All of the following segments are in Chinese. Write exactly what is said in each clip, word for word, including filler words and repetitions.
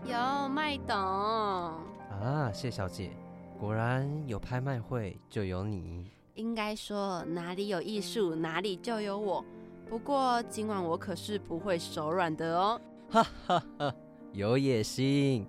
有麦董啊，谢小姐，果然有拍卖会就有你。 应该说哪里有艺术哪里就有我，不过今晚我可是不会手软的哦。 哈哈哈，有野心。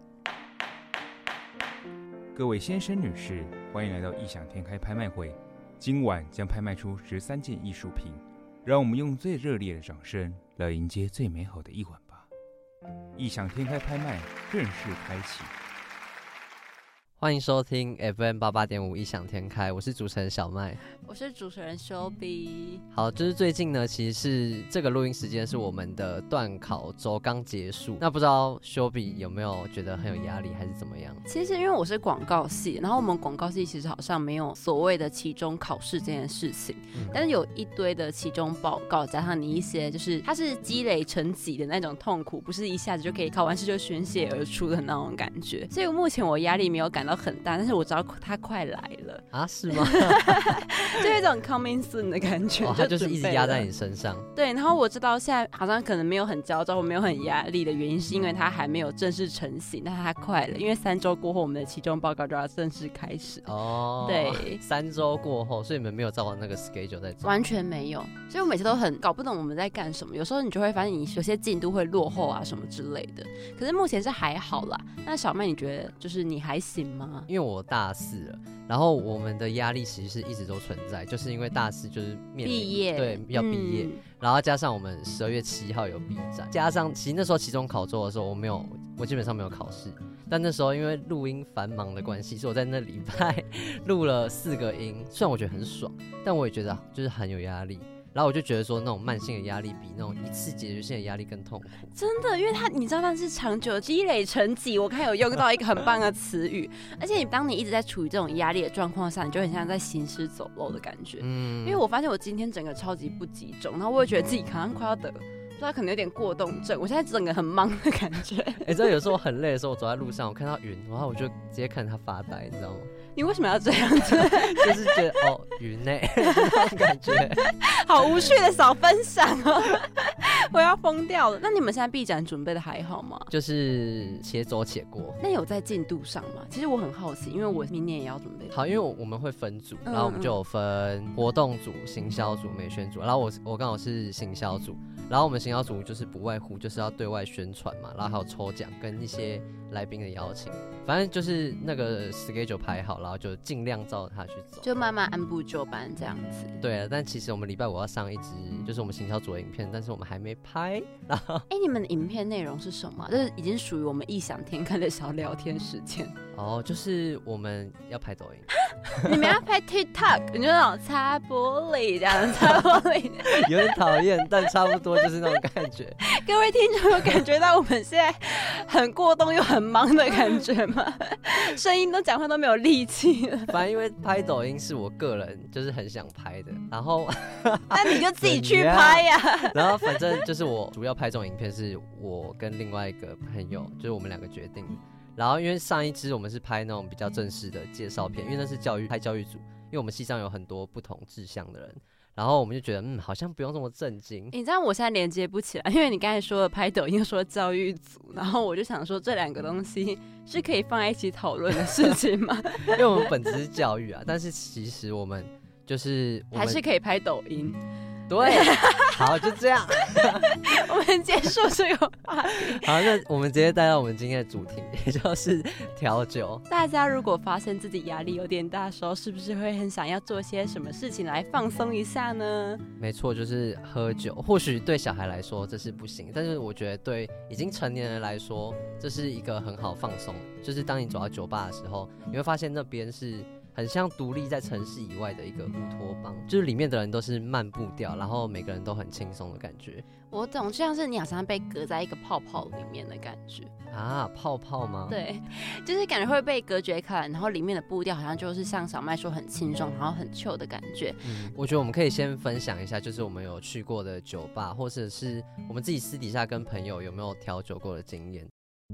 各位先生女士，欢迎来到异想天开拍卖会。今晚将拍卖出十三件艺术品，让我们用最热烈的掌声来迎接最美好的一晚吧。异想天开拍卖正式开启。 欢迎收听 F M 八八点五异想天开，我是主持人小麦， 我是主持人修比。 好，就是最近呢，其实是这个录音时间是我们的段考周刚结束，那不知道修比有没有觉得很有压力，还是怎么样？ 其实因为我是广告系，然后我们广告系其实好像没有所谓的期中考试这件事情，嗯、但是有一堆的期中报告，加上你一些就是它是积累成疾的那种痛苦，不是一下子就可以考完试就宣泄而出的那种感觉。所以目前我压力没有感到很大，但是我知道它快来了啊？是吗？ 就有一种 coming soon 的感觉， 哦，它就是一直压在你身上。 对，然后我知道现在好像可能没有很焦躁，我没有很压力的原因，是因为它还没有正式成型，但它快了，因为三周过后，我们的期中报告就要正式开始。 哦， 对， 三周过后，所以你们没有照那个 schedule 在做， 完全没有。所以我每次都很搞不懂我们在干什么，有时候你就会发现你有些进度会落后啊什么之类的。可是目前是还好啦。那小麦，你觉得就是你还行吗？ 因为我大四了，然后我们的压力其实是一直都存在，就是因为大四就是面临毕业， 对，要毕业，嗯、然后加上我们十二月七号有 B 展，加上其实那时候期中考周的时候，我没有，我基本上没有考试，但那时候因为录音繁忙的关系，所以我在那礼拜录了四个音，虽然我觉得很爽，但我也觉得就是很有压力。然后我就觉得说，那种慢性的压力比那种一次解决性的压力更痛苦。 真的，因为它你知道那是长久积累成疾。我看有用到一个很棒的词语，而且你当你一直在处于这种压力的状况下，你就很像在行尸走肉的感觉。嗯，因为我发现我今天整个超级不集中，然后我也觉得自己好像快要得，不知道可能有点过动症。我现在整个很忙的感觉。 哎、欸，真的有时候我很累的时候，我走在路上，我看到云，然后我就直接看着它发呆，你知道吗？ 你为什么要这样子？ 就是觉得哦，云呢，那种感觉， 好无趣的小分享哦，我要疯掉了。那你们现在 B 展准备的还好吗？ 就是且走且过。 那有在进度上吗？其实我很好奇，因为我明年也要准备。 好，因为我们会分组，然后我们就有分活动组、行销组、美宣组，然后我我刚好是行销组，然后我们行销组就是不外乎就是要对外宣传嘛，然后还有抽奖跟一些来宾的邀请，反正就是那个 schedule 排好，然后就尽量照它去走， 就慢慢按部就班这样子。 对啊，但其实我们礼拜五要上一支就是我们行销组的影片，但是我们还没拍。然后， 哎，你们的影片内容是什么？就是已经属于我们异想天开的小聊天时间。 哦，就是我们要拍抖音， 你们要拍 TikTok， 你就那种擦玻璃这样擦玻璃， 有点讨厌，但差不多就是那种感觉。 各位听众有感觉到我们现在很过动又很忙的感觉吗？声音都讲话都没有力气了。 反正因为拍抖音是我个人就是很想拍的，然后那你就自己去拍呀、啊。 然后反正就是我主要拍这种影片是我跟另外一个朋友，就是我们两个决定的。然后因为上一支我们是拍那种比较正式的介绍片，因为那是教育拍教育组，因为我们系上有很多不同志向的人，然后我们就觉得嗯好像不用这么正经。 你知道我现在连接不起来，因为你刚才说了拍抖音，又说教育组，然后我就想说这两个东西是可以放在一起讨论的事情吗？ 因为我们本质是教育啊，但是其实我们就是我们还是可以拍抖音。 对，好，就这样， 我们结束这个话题。 好，那我们直接带到我们今天的主题，也就是调酒。 大家如果发现自己压力有点大的时候，是不是会很想要做些什么事情来放松一下呢？ 没错，就是喝酒。或许对小孩来说这是不行，但是我觉得对已经成年人来说，这是一个很好放松。就是当你走到酒吧的时候，你会发现那边是很像独立在城市以外的一个乌托邦，就是里面的人都是慢步调，然后每个人都很轻松的感觉。 我懂，就像是你好像被隔在一个泡泡里面的感觉啊，泡泡吗？ 对，就是感觉会被隔绝开来，然后里面的步调好像就是像小麦说很轻松，然后很 chill 的感觉。 嗯，我觉得我们可以先分享一下，就是我们有去过的酒吧，或者是我们自己私底下跟朋友有没有调酒过的经验。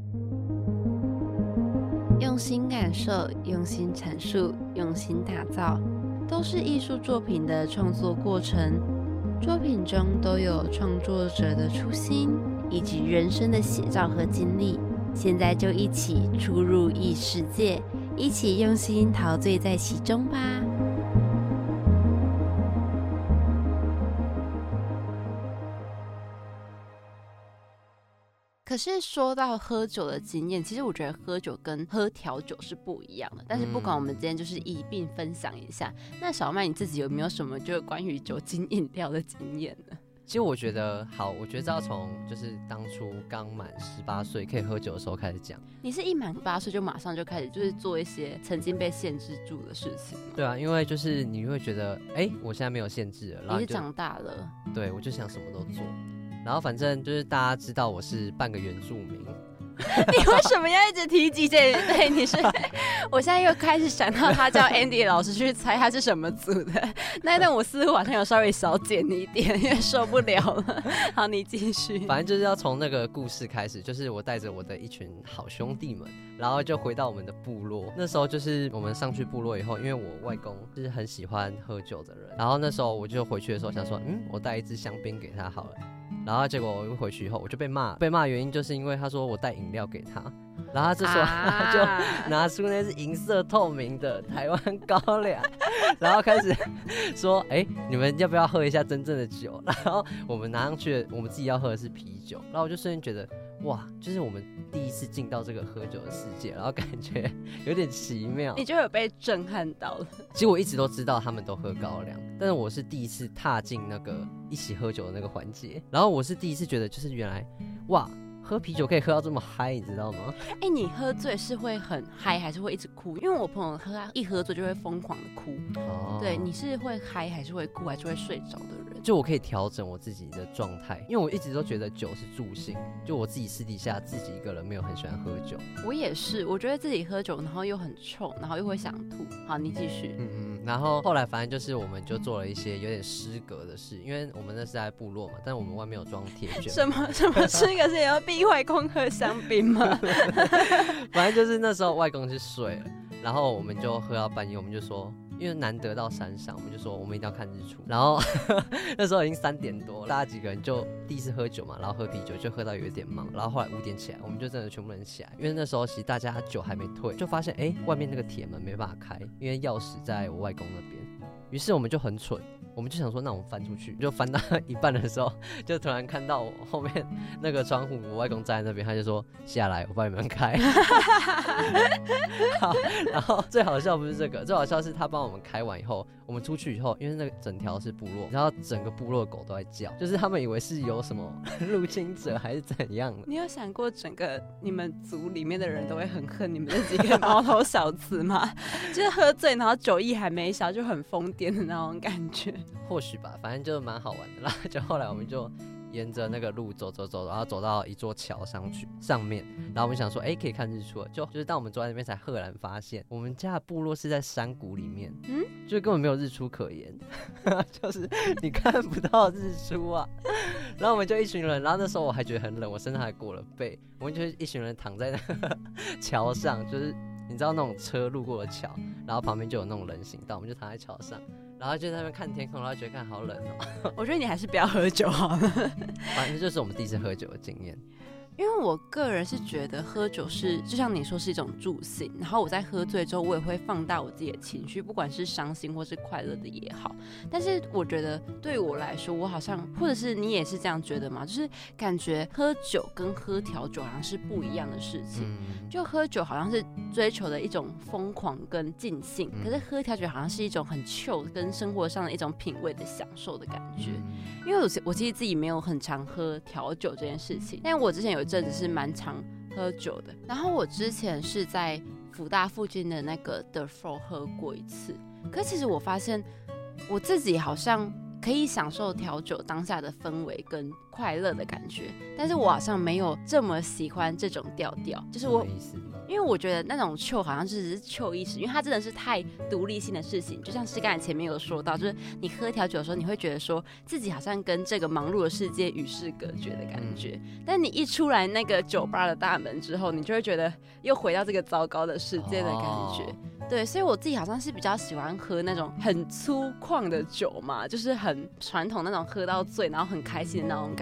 用心感受，用心阐述，用心打造，都是艺术作品的创作过程。作品中都有创作者的初心以及人生的写照和经历。 现在就一起出入异世界，一起用心陶醉在其中吧。可是说到喝酒的经验，其实我觉得喝酒跟喝调酒是不一样的。但是不管我们今天就是一并分享一下。嗯、那小麦你自己有没有什么就是关于酒精饮料的经验呢？ 其实我觉得好，我觉得这要从就是当初刚满十八岁可以喝酒的时候开始讲。 你是一满八岁就马上就开始就是做一些曾经被限制住的事情吗？ 对啊，因为就是你会觉得，哎、欸，我现在没有限制了，然后你是长大了。 对，我就想什么都做。然后反正就是大家知道我是半个原住民。 你为什么要一直提及这？对，你是，我现在又开始想到他叫 Andy 老师去猜他是什么族的，那但我似乎好像有稍微少减一点，因为受不了了。好，你继续。 反正就是要从那个故事开始，就是我带着我的一群好兄弟们，然后就回到我们的部落。那时候就是我们上去部落以后，因为我外公是很喜欢喝酒的人，然后那时候我就回去的时候想说，嗯，我带一支香槟给他好了。然后结果我一回去以后，我就被骂，被骂的原因就是因为他说我带饮料给他，然后他这时候他就拿出那是银色透明的台湾高粱，然后开始说，哎、欸，你们要不要喝一下真正的酒？然后我们拿上去，我们自己要喝的是啤酒，然后我就瞬间觉得，哇，就是我们第一次进到这个喝酒的世界，然后感觉有点奇妙。 你就有被震撼到了。 其实我一直都知道他们都喝高粱，但是我是第一次踏进那个一起喝酒的那个环节，然后我是第一次觉得，就是原来，哇，喝啤酒可以喝到这么嗨，你知道吗？ 哎、欸，你喝醉是会很嗨，还是会一直哭？因为我朋友喝一喝醉就会疯狂的哭。哦，对，你是会嗨，还是会哭，还是会睡着的人？ 就我可以调整我自己的状态，因为我一直都觉得酒是助兴。就我自己私底下自己一个人没有很喜欢喝酒。 我也是，我觉得自己喝酒，然后又很臭，然后又会想吐。好，你继续。 嗯嗯。然后后来反正就是我们就做了一些有点失格的事，因为我们那是在部落嘛，但我们外面有装铁卷。 什么什么失格是也要逼外公喝香槟吗？ 反正就是那时候外公就睡了，然后我们就喝到半夜，我们就说。因为难得到山上，我们就说我们一定要看日出。然后那时候已经三点多，大家几个人就第一次喝酒嘛，然后喝啤酒就喝到有一点忙。然后后来五点起来，我们就真的全部人起来，因为那时候其实大家酒还没退，就发现哎、欸、外面那个铁门没办法开，因为钥匙在我外公那边。于是我们就很蠢，我们就想说，那我们翻出去，就翻到一半的时候，就突然看到我后面那个窗户，我外公站在那边，他就说下来，我帮你们开。好，然后最好笑不是这个，最好笑是他帮我们开完以后，我们出去以后，因为那个整条是部落，然后整个部落的狗都在叫，就是他们以为是有什么入侵者还是怎样的。 你有想过整个你们族里面的人都会很恨你们这几个毛头小子吗？就是喝醉，然后酒意还没消，就很疯癫的那种感觉。 或许吧，反正就蛮好玩的啦。就后来我们就沿着那个路走走走，然后走到一座桥上去上面，然后我们想说，哎、欸，可以看日出了。就就是当我们坐在那边，才赫然发现，我们家的部落是在山谷里面，嗯，就根本没有日出可言，就是你看不到日出啊。然后我们就一群人，然后那时候我还觉得很冷，我身上还裹了被，我们就一群人躺在那个桥上，就是你知道那种车路过的桥，然后旁边就有那种人行道，我们就躺在桥上。然后就在那边看天空，然后觉得看好冷哦。 我觉得你还是不要喝酒好了。 反正就是我们第一次喝酒的经验。 因为我个人是觉得喝酒是就像你说是一种助兴，然后我在喝醉之后我也会放大我自己的情绪，不管是伤心或是快乐的也好。但是我觉得对我来说，我好像或者是你也是这样觉得吗？就是感觉喝酒跟喝调酒好像是不一样的事情。嗯、就喝酒好像是追求的一种疯狂跟尽兴，嗯、可是喝调酒好像是一种很 chill 跟生活上的一种品味的享受的感觉。嗯、因为我我其实自己没有很常喝调酒这件事情，但我之前有一阵子是蛮常喝酒的，然后我之前是在福大附近的那个 The Flow 喝过一次，可是其实我发现我自己好像可以享受调酒当下的氛围跟快乐的感觉，但是我好像没有这么喜欢这种调调，就是我因为我觉得那种 chill 好像只是 chill 意识，因为它真的是太独立性的事情，就像是刚才前面有说到，就是你喝调酒的时候，你会觉得说自己好像跟这个忙碌的世界与世隔绝的感觉，嗯、但你一出来那个酒吧的大门之后，你就会觉得又回到这个糟糕的世界的感觉。哦、对，所以我自己好像是比较喜欢喝那种很粗犷的酒嘛，就是很传统那种喝到醉然后很开心的那种感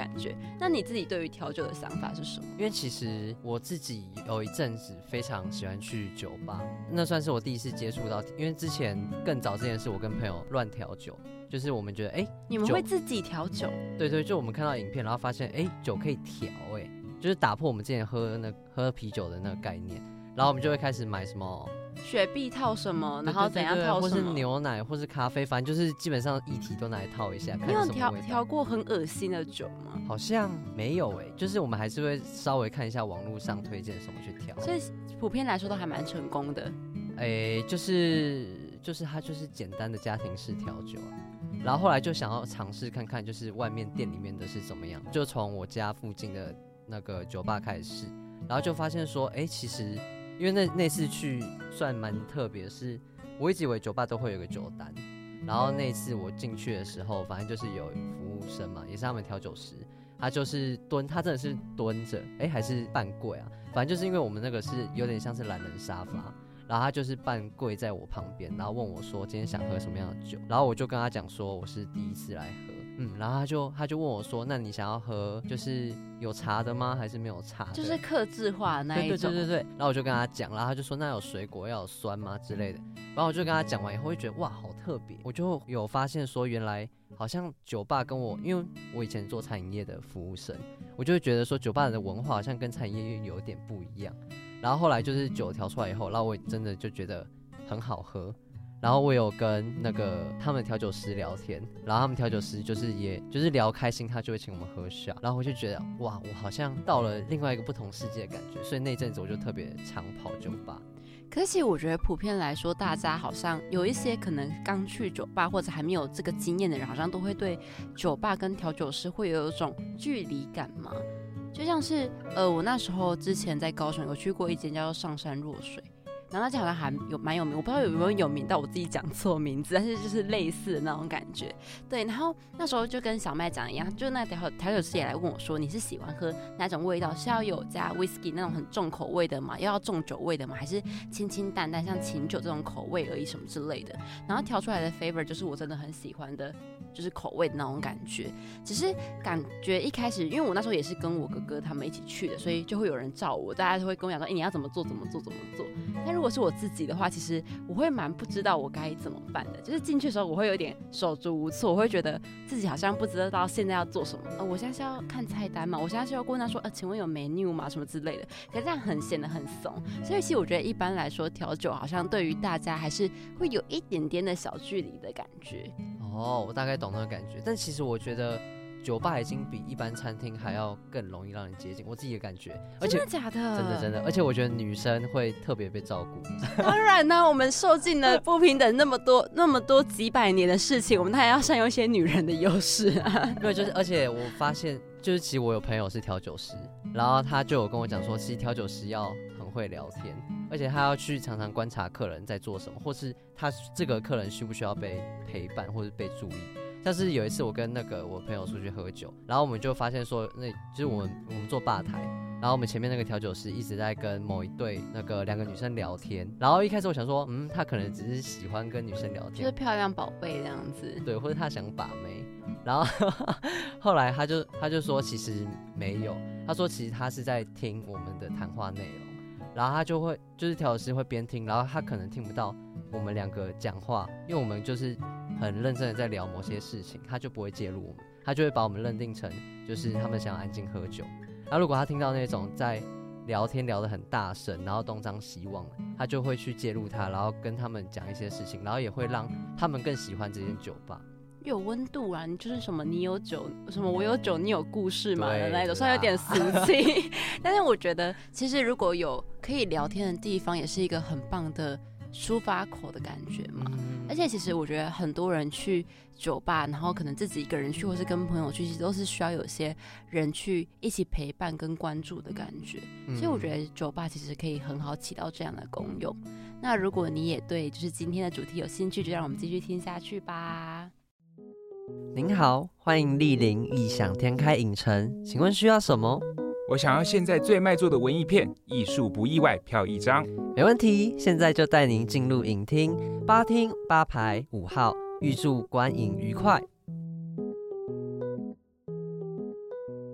感觉。那你自己对于调酒的想法是什么？ 因为其实我自己有一阵子非常喜欢去酒吧，那算是我第一次接触到，因为之前更早之前是我跟朋友乱调酒，就是我们觉得哎、欸， 你们会自己调酒？ 对对，就我们看到影片，然后发现哎、欸，酒可以调，哎，就是打破我们之前喝那喝啤酒的那个概念，然后我们就会开始买什么雪碧套什么，然后怎样套什么， 或是牛奶，或是咖啡，反正就是基本上液体都拿来套一下。 你有调调过很恶心的酒吗？ 好像没有哎、欸，就是我们还是会稍微看一下网络上推荐什么去调， 所以普遍来说都还蛮成功的。 哎、欸，就是就是它就是简单的家庭式调酒啊。然后后来就想要尝试看看，就是外面店里面的是怎么样，就从我家附近的那个酒吧开始试，然后就发现说，哎、欸，其实因为那那次去算蛮特别，是我一直以为酒吧都会有个酒单，然后那次我进去的时候，反正就是有服务生嘛，也是他们调酒师，他就是蹲，他真的是蹲着，哎、欸，还是半跪啊，反正就是因为我们那个是有点像是懒人沙发。然后他就是半跪在我旁边，然后问我说今天想喝什么样的酒，然后我就跟他讲说我是第一次来喝，嗯，然后他就他就问我说，那你想要喝就是有茶的吗？还是没有茶的？ 就是客制化的那一种。 对对对对对。然后我就跟他讲，然后他就说那有水果要有酸吗之类的。然后我就跟他讲完以后，会觉得哇好特别，我就有发现说原来好像酒吧跟我，因为我以前做餐饮业的服务生，我就会觉得说酒吧的文化好像跟餐饮业有点不一样。然后后来就是酒调出来以后，然后我真的就觉得很好喝。然后我有跟那个他们调酒师聊天，然后他们调酒师就是也就是聊开心，他就会请我们喝下。然后我就觉得哇，我好像到了另外一个不同世界的感觉。所以那阵子我就特别常跑酒吧。 可是其实我觉得普遍来说，大家好像有一些可能刚去酒吧或者还没有这个经验的人，好像都会对酒吧跟调酒师会有一种距离感嘛。就像是呃，我那时候之前在高雄有去过一间叫做上山若水，然后那家好像还有蛮有名，我不知道有没有有名到我自己讲错名字，但是就是类似的那种感觉。对，然后那时候就跟小麦讲一样，就那调调酒师也来问我说，你是喜欢喝哪种味道？是要有加 whisky 那种很重口味的吗？要要重酒味的吗？还是清清淡淡像琴酒这种口味而已什么之类的？然后调出来的 flavor 就是我真的很喜欢的，就是口味的那种感觉。只是感觉一开始，因为我那时候也是跟我哥哥他们一起去的，所以就会有人照我，大家都会跟我讲说，哎、欸，你要怎么做怎么做怎么做。但如果是我自己的话，其实我会蛮不知道我该怎么办的。就是进去的时候，我会有点手足无措，我会觉得自己好像不知道现在要做什么。呃，我现在是要看菜单嘛？我现在是要问他说，呃，请问有 menu 吗？什么之类的。可是这样很显得很怂。所以其实我觉得一般来说，调酒好像对于大家还是会有一点点的小距离的感觉。 哦，我大概懂那个感觉。但其实我觉得酒吧已经比一般餐厅还要更容易让人接近，我自己的感觉。而且真的假的？ 真的真的，而且我觉得女生会特别被照顾。 当然呢，我们受尽了不平等那么多那么多几百年的事情，我们当然要善用一些女人的优势啊。 没有，就是而且我发现，就是其实我有朋友是调酒师，然后他就有跟我讲说，其实调酒师要很会聊天，而且他要去常常观察客人在做什么，或是他这个客人需不需要被陪伴或是被注意。像是有一次我跟那个我朋友出去喝酒，然后我们就发现说，那就是我们我们坐吧台，然后我们前面那个调酒师一直在跟某一对那个两个女生聊天，然后一开始我想说，嗯，他可能只是喜欢跟女生聊天， 就是漂亮宝贝这样子， 对，或者他想把妹，然后后来他就他就说其实没有，他说其实他是在听我们的谈话内容，然后他就会就是调酒师会边听，然后他可能听不到我们两个讲话，因为我们就是很认真的在聊某些事情，他就不会介入我们，他就会把我们认定成就是他们想要安静喝酒。然后如果他听到那种在聊天聊得很大声，然后东张西望，他就会去介入他，然后跟他们讲一些事情，然后也会让他们更喜欢这间酒吧。 有温度啊，你就是什么你有酒，什么我有酒你有故事嘛的那种，虽然有点俗气，但是我觉得其实如果有可以聊天的地方，也是一个很棒的抒发口的感觉嘛。嗯、而且其实我觉得很多人去酒吧，然后可能自己一个人去，或是跟朋友去，其实都是需要有些人去一起陪伴跟关注的感觉。嗯、所以我觉得酒吧其实可以很好起到这样的功用。那如果你也对就是今天的主题有兴趣，就让我们继续听下去吧。 您好，欢迎莅临异想天开影城，请问需要什么？ 我想要现在最卖座的文艺片，艺术不意外，票一张。 没问题，现在就带您进入影厅，八厅八排五号，预祝观影愉快。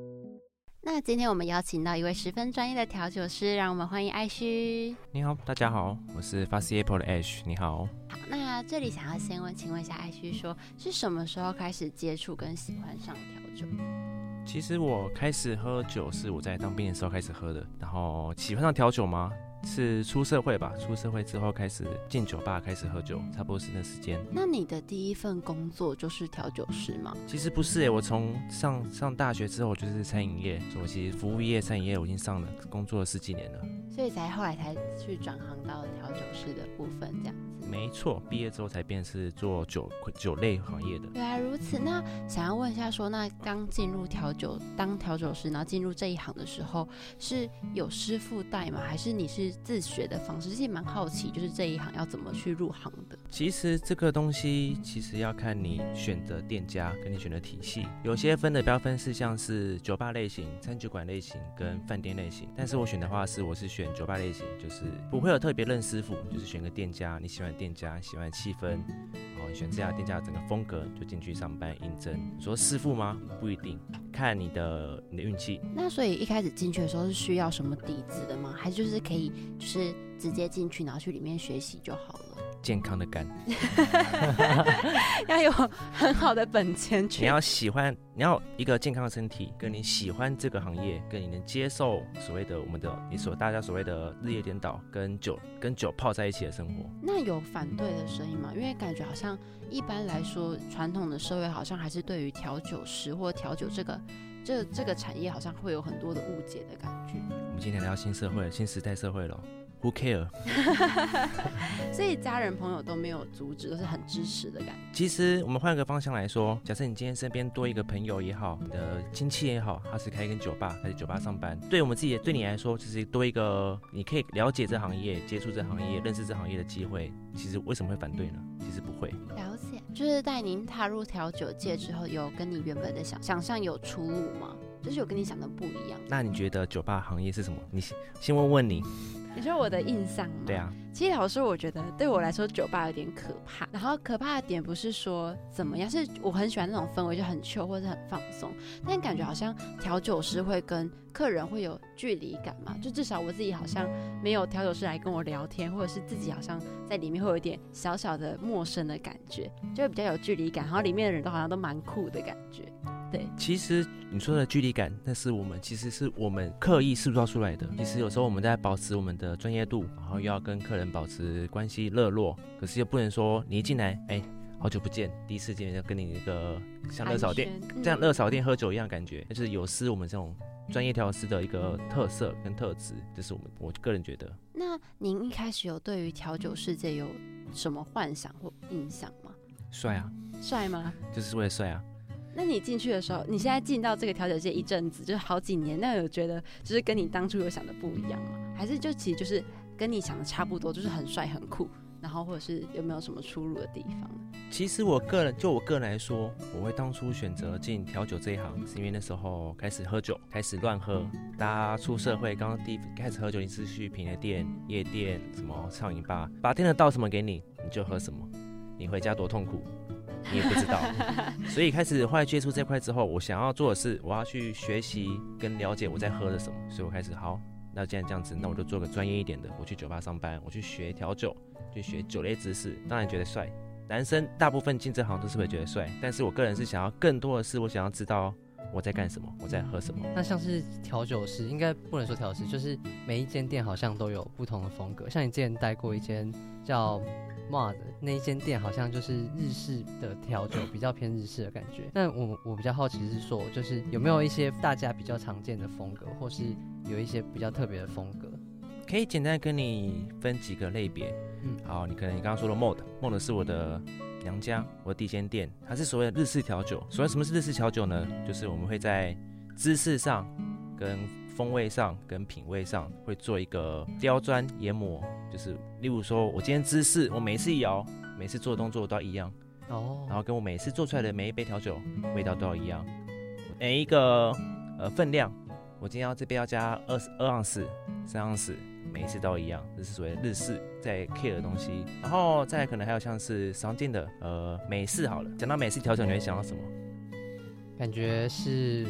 那今天我们邀请到一位十分专业的调酒师，让我们欢迎艾旭。 你好，大家好，我是 Fuzzy Apple 的 Ash， 你好。 好，那这里想要先问，请问一下艾旭说，是什么时候开始接触跟喜欢上调酒？ 其实我开始喝酒是我在当兵的时候开始喝的，然后喜欢上调酒吗？是出社会吧，出社会之后开始进酒吧开始喝酒，差不多是那时间。 那你的第一份工作就是调酒师吗？ 其实不是耶，我从上上大学之后我就是餐饮业，所以我其实服务业、餐饮业我已经上了，工作了十几年了， 所以才后来才去转行到调酒师的部分这样子。 没错，毕业之后才变是做酒酒类行业的。 原来如此。那想要问一下说，那刚进入调酒当调酒师，然后进入这一行的时候，是有师傅带吗？还是你是自学的方式？其实蛮好奇，就是这一行要怎么去入行的。 其实这个东西其实要看你选的店家跟你选的体系，有些分的标分是像是酒吧类型、餐酒馆类型跟饭店类型。但是我选的话是我是选酒吧类型，就是不会有特别认师傅，就是选个店家，你喜欢店家，喜欢气氛，然后你选这家店家的整个风格，就进去上班应征。你说师傅吗？不一定，看你的你的运气。 那所以一开始进去的时候是需要什么底子的吗？还是就是可以就是直接进去，然后去里面学习就好了？ 健康的肝， 要有很好的本钱去。 你要喜欢，你要一个健康的身体，跟你喜欢这个行业，跟你能接受所谓的我们的你所大家所谓的日夜颠倒，跟酒跟酒泡在一起的生活。 那有反对的声音吗？因为感觉好像一般来说，传统的社会好像还是对于调酒师或调酒这个这这个产业好像会有很多的误解的感觉。 我们今天来到新社会、新时代社会了。Who care？ 所以家人朋友都没有阻止，都是很支持的感觉。 其实我们换个方向来说，假设你今天身边多一个朋友也好，你的亲戚也好，他是开一间酒吧，他在酒吧上班，对我们自己，对你来说，就是多一个你可以了解这行业、接触这行业、认识这行业的机会。其实为什么会反对呢？其实不会。 了解，就是在您踏入调酒界之后，有跟你原本的想想象有出入吗？就是有跟你想的不一样。 那你觉得酒吧行业是什么？你先问问你。 你说我的印象吗？ 对啊。 其实老师，我觉得对我来说，酒吧有点可怕。然后可怕的点不是说怎么样，是我很喜欢那种氛围，就很 chill 或者很放松。但感觉好像调酒师会跟客人会有距离感嘛，就至少我自己好像没有调酒师来跟我聊天，或者是自己好像在里面会有一点小小的陌生的感觉，就会比较有距离感。然后里面的人都好像都蛮酷的感觉。对， 其实你说的距离感，那是我们其实是我们刻意塑造出来的。其实有时候我们在保持我们的专业度，然后又要跟客人保持关系热络，可是又不能说你一进来，哎、欸，好久不见，第一次见面就跟你一个像热炒店，这样热炒店喝酒一样感觉，那就是有失我们这种专业调酒师的一个特色跟特质，这是我们我个人觉得。 那您一开始有对于调酒世界有什么幻想或印象吗？ 帅啊！ 帅吗？ 就是为了帅啊！ 那你进去的时候，你现在进到这个调酒界一阵子，就是好几年，那有觉得就是跟你当初有想的不一样吗？还是就其实就是跟你想的差不多，就是很帅很酷，然后或者是有没有什么出入的地方？ 其实我个人就我个人来说，我会当初选择进调酒这一行，是因为那时候开始喝酒，开始乱喝。大家出社会刚刚第一开始喝酒，你是去品业店、夜店、什么畅饮吧，把店的倒什么给你，你就喝什么，你回家多痛苦。你也不知道，所以开始后来接触这块之后，我想要做的是，我要去学习跟了解我在喝的什么，所以我开始好，那既然这样子，那我就做个专业一点的，我去酒吧上班，我去学调酒，去学酒类知识，当然觉得帅。男生大部分进这行都是会觉得帅，但是我个人是想要更多的是，我想要知道我在干什么，我在喝什么。 那像是调酒师，应该不能说调酒师，就是每一间店好像都有不同的风格。像你之前待过一间叫M A 的那一间店，好像就是日式的调酒，比较偏日式的感觉。那我我比较好奇是说，就是有没有一些大家比较常见的风格，或是有一些比较特别的风格？ 可以简单跟你分几个类别。嗯，好，你可能你刚刚说的 Mod，Mod 是我的娘家，我的第一间店，它是所谓的日式调酒。所谓什么是日式调酒呢？就是我们会在姿势上、跟风味上、跟品味上会做一个雕钻研磨。就是例如说，我今天姿势，我每一次摇，每次做的动作都要一样。哦。然后跟我每次做出来的每一杯调酒味道都要一样。每一个呃分量，我今天要这边要加二二盎司、三盎司。每一次都一样，这是所谓日式在 care 的东西。然后再来可能还有像是常见的呃美式好了，讲到美式调酒，你会想到什么？ 感觉是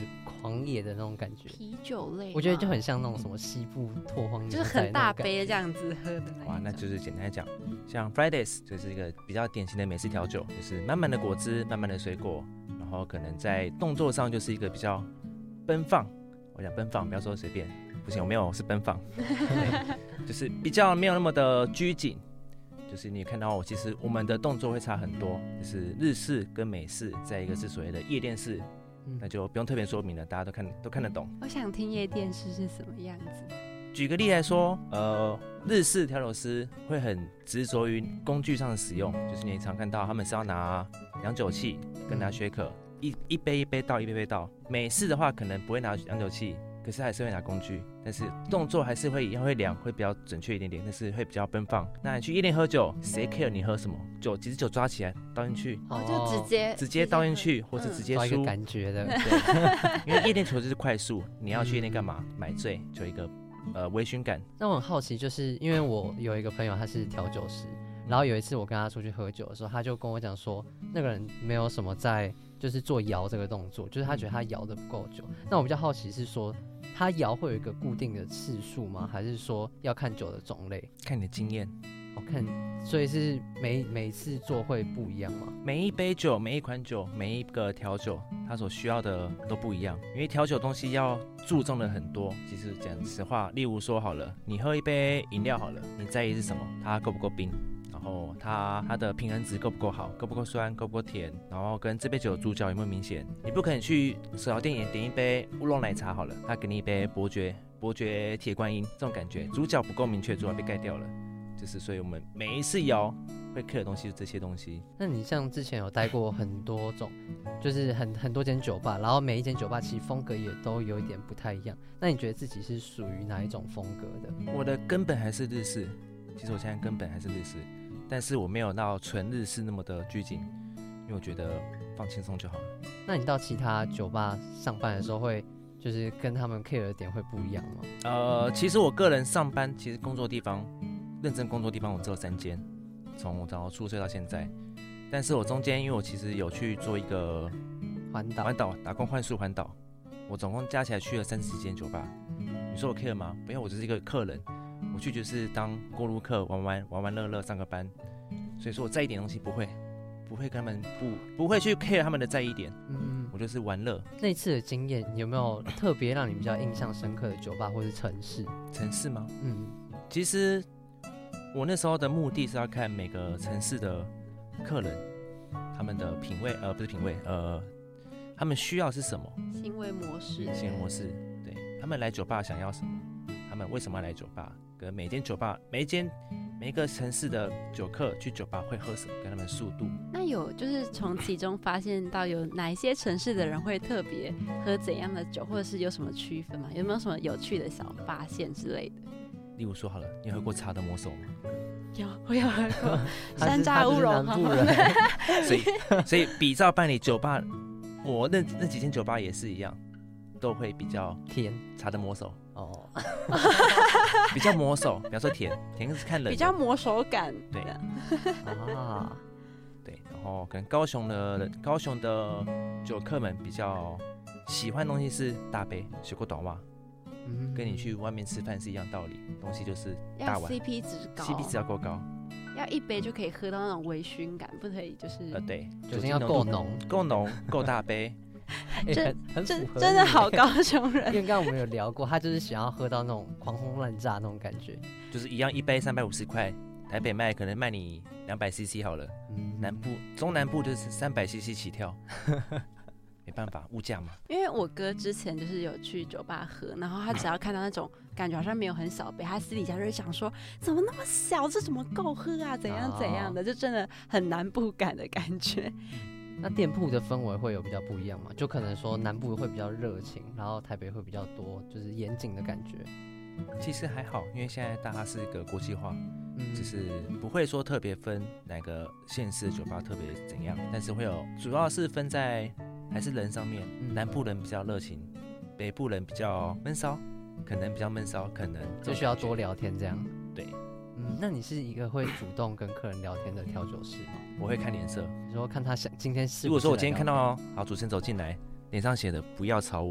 狂野的那种感觉。 啤酒类， 我觉得就很像那种什么西部拓荒， 就是很大杯这样子喝的那哇，那就是简单讲，像 Fridays 就是一个比较典型的美式调酒，就是满满的果汁，满满的水果，然后可能在动作上就是一个比较奔放。我讲奔放，不要说随便，不行，我没有，是奔放，就是比较没有那么的拘谨。就是你看到，其实我们的动作会差很多，就是日式跟美式，再一个是所谓的夜店式，嗯、那就不用特别说明了，大家都看都看得懂。 我想听夜店式是什么样子。 举个例来说，呃，日式调酒师会很执着于工具上的使用，就是你常看到他们是要拿洋酒器跟拿 shaker，、嗯、一一杯一杯倒，一杯一杯倒。美式的话可能不会拿洋酒器，可是还是会拿工具，但是动作还是会一样会量，会比较准确一点点，但是会比较奔放。那你去夜店喝酒，谁 care 你喝什么酒？几支酒抓起来倒进去， 哦，就直接直接倒进去，或是直接输， 抓一个感觉的。 对，因为夜店球就是快速，你要去夜店干嘛？买醉，就一个呃微醺感。 那我很好奇，就是因为我有一个朋友他是调酒师，然后有一次我跟他出去喝酒的时候，他就跟我讲说，那个人没有什么在就是做摇这个动作，就是他觉得他摇的不够久。那我比较好奇是说，他摇会有一个固定的次数吗？还是说要看酒的种类？ 看你的经验。 我、哦、看，所以是每每次做会不一样吗？ 每一杯酒、每一款酒、每一个调酒，它所需要的都不一样。因为调酒东西要注重的很多。其实讲实话，例如说好了，你喝一杯饮料好了，你在意是什么？它够不够冰？然后它它的平衡值够不够好？够不够酸？够不够甜？然后跟这杯酒的主角有没有明显？你不可能去手摇店也点一杯乌龙奶茶好了，他给你一杯伯爵伯爵铁观音，这种感觉主角不够明确，主角被盖掉了。就是所以我们每一次摇会刻的东西是这些东西。 那你像之前有待过很多种，就是很很多间酒吧，然后每一间酒吧其实风格也都有一点不太一样。那你觉得自己是属于哪一种风格的？ 我的根本还是日式，其实我现在根本还是日式，但是我没有到纯日式那么的拘谨，因为我觉得放轻松就好了。 那你到其他酒吧上班的时候会就是跟他们 care 的点会不一样吗？ 呃，其实我个人上班其实工作地方认真工作地方我只有三间，从我到出社到现在，但是我中间因为我其实有去做一个环岛， 环岛打工换宿环岛，我总共加起来去了三十几间酒吧。你说我 care 吗？不要，我只是一个客人，我去就是当过路客，玩玩玩玩乐乐上个班，所以说我在意点东西不会不会跟他们不不会去 care 他们的在意点，嗯，我就是玩乐。 那一次的经验有没有特别让你比较印象深刻的酒吧或是城市？ 城市吗？ 嗯， 其实我那时候的目的是要看每个城市的客人，他们的品味，呃，不是品味，呃，他们需要是什么？ 行为模式。 行为模式，对，他们来酒吧想要什么？他们为什么要来酒吧？跟每间酒吧，每一间每一个城市的酒客去酒吧会喝什么？跟他们速度。 那有就是从其中发现到有哪一些城市的人会特别喝怎样的酒，或者是有什么区分吗？有没有什么有趣的小发现之类的？ 例如说好了，你喝过茶的魔手吗？ 有，我有喝过山楂乌龙。 所以，所以比照办理酒吧，我那那几间酒吧也是一样，都会比较甜。 茶的魔手哦， 比较魔手，比方说甜，甜是看人， 比较魔手感。 对啊， 对，然后跟高雄的高雄的酒客们比较喜欢的东西是大杯水果短袜。嗯、跟你去外面吃饭是一样道理，东西就是大碗， 要 C P 值高 ，C P 值要够高， 要一杯就可以喝到那种微醺感，不可以就是呃对， 酒精要够浓， 够浓，够大杯， 真、 欸、很真真的好高雄人。 因为刚刚我们有聊过，他就是想要喝到那种狂轰滥炸那种感觉， 就是一样一杯三百五十块，台北卖可能卖你两百 C C 好了，嗯、南部中南部就是三百 C C 起跳。没办法，物价嘛。 因为我哥之前就是有去酒吧喝，然后他只要看到那种感觉好像没有很小杯，他私底下就会想说，怎么那么小，这怎么够喝啊？怎样怎样的，就真的很南部感的感觉。 那店铺的氛围会有比较不一样吗？就可能说南部会比较热情，然后台北会比较多就是严谨的感觉。 其实还好，因为现在大家是一个国际化，嗯，就是不会说特别分哪个县市的酒吧特别怎样，但是会有，主要是分在还是人上面，嗯、南部人比较热情，北部人比较闷骚，可能比较闷骚，可能就需要多聊天这样。 对， 嗯，那你是一个会主动跟客人聊天的调酒师吗？ 我会看脸色， 你说看他想今天是不是， 如果说我今天看到好主持人走进来，脸上写的不要吵我，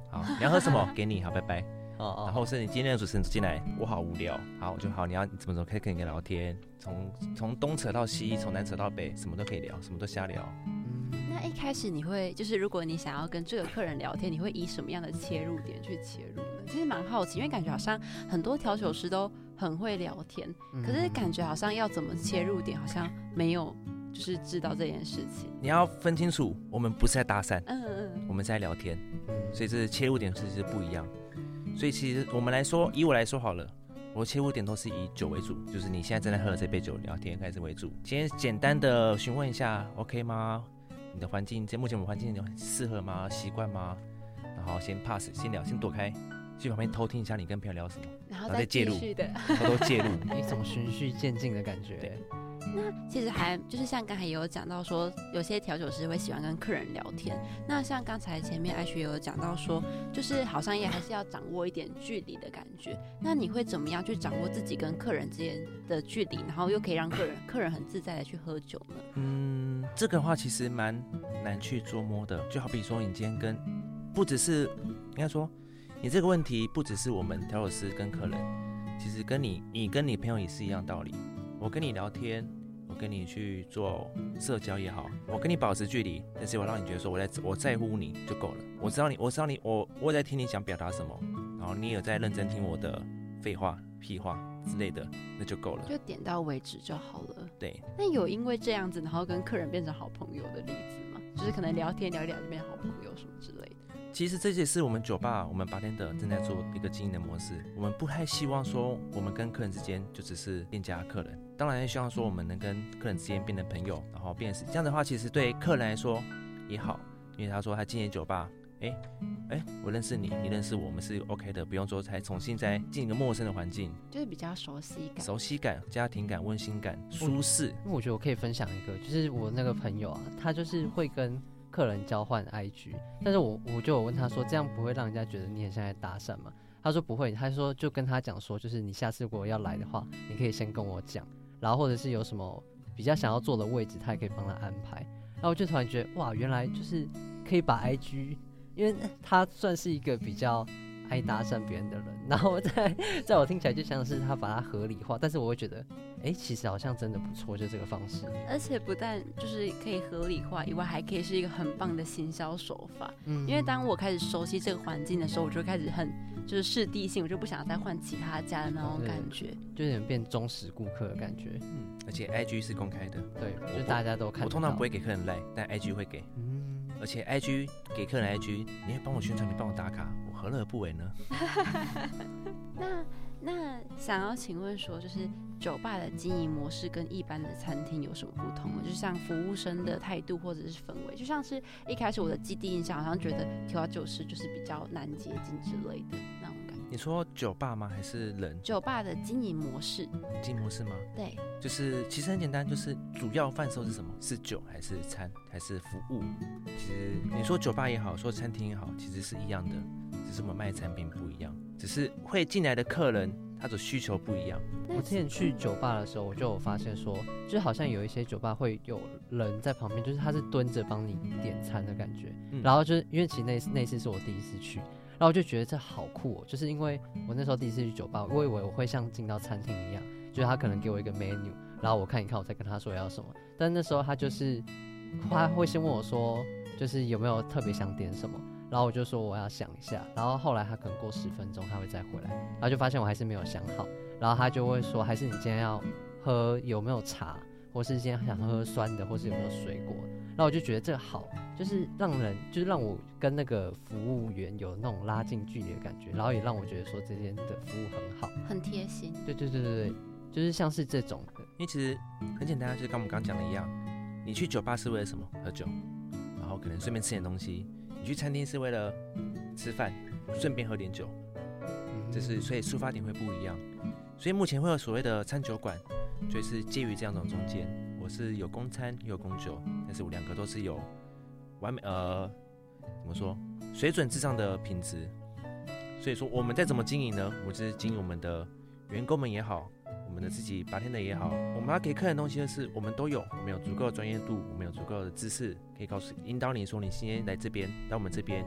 好，你要喝什么？给你，好，拜拜。 哦哦， 然后是你今天的主持人走进来，我好无聊，好，我就好，你要你怎么怎么可以跟你聊天，从从东扯到西，从南扯到北，什么都可以聊，什么都瞎聊。 那一开始你会就是如果你想要跟这个客人聊天，你会以什么样的切入点去切入呢？其实蛮好奇，因为感觉好像很多调酒师都很会聊天， 嗯可是感觉好像要怎么切入点，好像没有就是知道这件事情。 你要分清楚，我们不是在搭讪， 嗯嗯我们是在聊天， 嗯所以这切入点其实不一样。所以其实我们来说，以我来说好了，我的切入点都是以酒为主，就是你现在正在喝的这杯酒聊天开始为主。今天简单的询问一下 ，OK 吗？你的环境，在目前我们环境适合吗？习惯吗？然后先 pass， 先聊，先躲开，去旁边偷听一下你跟朋友聊什么， 然后再介入继续的。 偷偷介入。 一种循序渐进的感觉。 对那其实还就是像刚才也有讲到说，有些调酒师会喜欢跟客人聊天。那像刚才前面艾雪也有讲到说，就是好像也还是要掌握一点距离的感觉。那你会怎么样去掌握自己跟客人之间的距离，然后又可以让客人客人很自在的去喝酒呢？ 嗯，这个的话其实蛮难去捉摸的。就好比说，你今天跟不只是应该说，你这个问题不只是我们调酒师跟客人，其实跟你你跟你朋友也是一样道理。我跟你聊天，我跟你去做社交也好，我跟你保持距离，但是我让你觉得说我在我在乎你就够了。我知道你，我知道你，我我在听你想表达什么，然后你有在认真听我的废话、屁话之类的，那就够了。 就点到为止就好了。 对， 那有因为这样子，然后跟客人变成好朋友的例子吗？就是可能聊天聊一聊就变好朋友什么之类的。 其实这也是我们酒吧，我们bartender正在做一个经营的模式。我们不太希望说我们跟客人之间就只是店家客人，当然希望说我们能跟客人之间变成朋友，然后变成这样的话，其实对客人来说也好，因为他说他进入酒吧，哎哎，我认识你，你认识我，我们是 OK 的，不用说才重新再进一个陌生的环境， 就是比较熟悉感， 熟悉感、家庭感、温馨感、舒适。 因为我觉得我可以分享一个，就是我那个朋友啊，他就是会跟客人交换 I G， 但是我我就有问他说，这样不会让人家觉得你很像在搭讪吗？他说不会，他说就跟他讲说，就是你下次如果要来的话，你可以先跟我讲，然后或者是有什么比较想要坐的位置，他也可以帮他安排。然后我就突然觉得，哇，原来就是可以把 I G， 因为他算是一个比较爱搭讪别人的人，然后在在我听起来就像是他把它合理化，但是我会觉得，哎，其实好像真的不错，就这个方式。 而且不但就是可以合理化以外，还可以是一个很棒的行销手法。 嗯， 因为当我开始熟悉这个环境的时候，我就开始很就是适地性，我就不想再换其他家的那种感觉， 就有点变忠实顾客的感觉。 嗯，而且 I G 是公开的， 对，就大家都看得到。 我通常不会给客人赖，但 I G 会给。 嗯， 而且 I G 给客人 I G， 你会帮我宣传，你帮我打卡，我何乐而不为呢？ 那那想要请问说，就是酒吧的经营模式跟一般的餐厅有什么不同吗？就像服务生的态度或者是氛围，就像是一开始我的基地印象好像觉得调酒师就是比较难接近之类的那种感觉。 你说酒吧吗？还是人？ 酒吧的经营模式， 经营模式吗？ 对， 就是其实很简单，就是主要贩售是什么？是酒还是餐还是服务？其实你说酒吧也好，说餐厅也好，其实是一样的，只是我们卖产品不一样，只是会进来的客人他的需求不一样。 我之前去酒吧的时候，我就有发现说，就是好像有一些酒吧会有人在旁边，就是他是蹲着帮你点餐的感觉。 嗯、 然后就是因为其实那那次是我第一次去，然后我就觉得这好酷哦，就是因为我那时候第一次去酒吧，我以为我会像进到餐厅一样，就是他可能给我一个 menu， 然后我看一看，我再跟他说要什么。但那时候他就是他会先问我说，就是有没有特别想点什么。然后我就说我要想一下，然后后来他可能过十分钟他会再回来，然后就发现我还是没有想好，然后他就会说，还是你今天要喝有没有茶，或是今天想喝酸的，或是有没有水果。然后我就觉得这个好，就是让人就是让我跟那个服务员有那种拉近距离的感觉，然后也让我觉得说这边的服务很好， 很贴心。 对对对对对，就是像是这种的。 因为其实很简单，就是跟我们刚刚讲的一样，你去酒吧是为了什么？喝酒，然后可能顺便吃点东西。你去餐厅是为了吃饭，顺便喝点酒，这是所以出发点会不一样。所以目前会有所谓的餐酒馆，就是介于这样种中间。我是有供餐也有供酒，但是我两个都是有完美呃怎么说水准之上的品质。所以说我们再怎么经营呢？我就是经营我们的员工们也好，我们的自己bartender也好，我们要给客人的东西的是我们都有，我们有足够的专业度，我们有足够的知识，可以告诉引导你说，你今天来这边，到我们这边，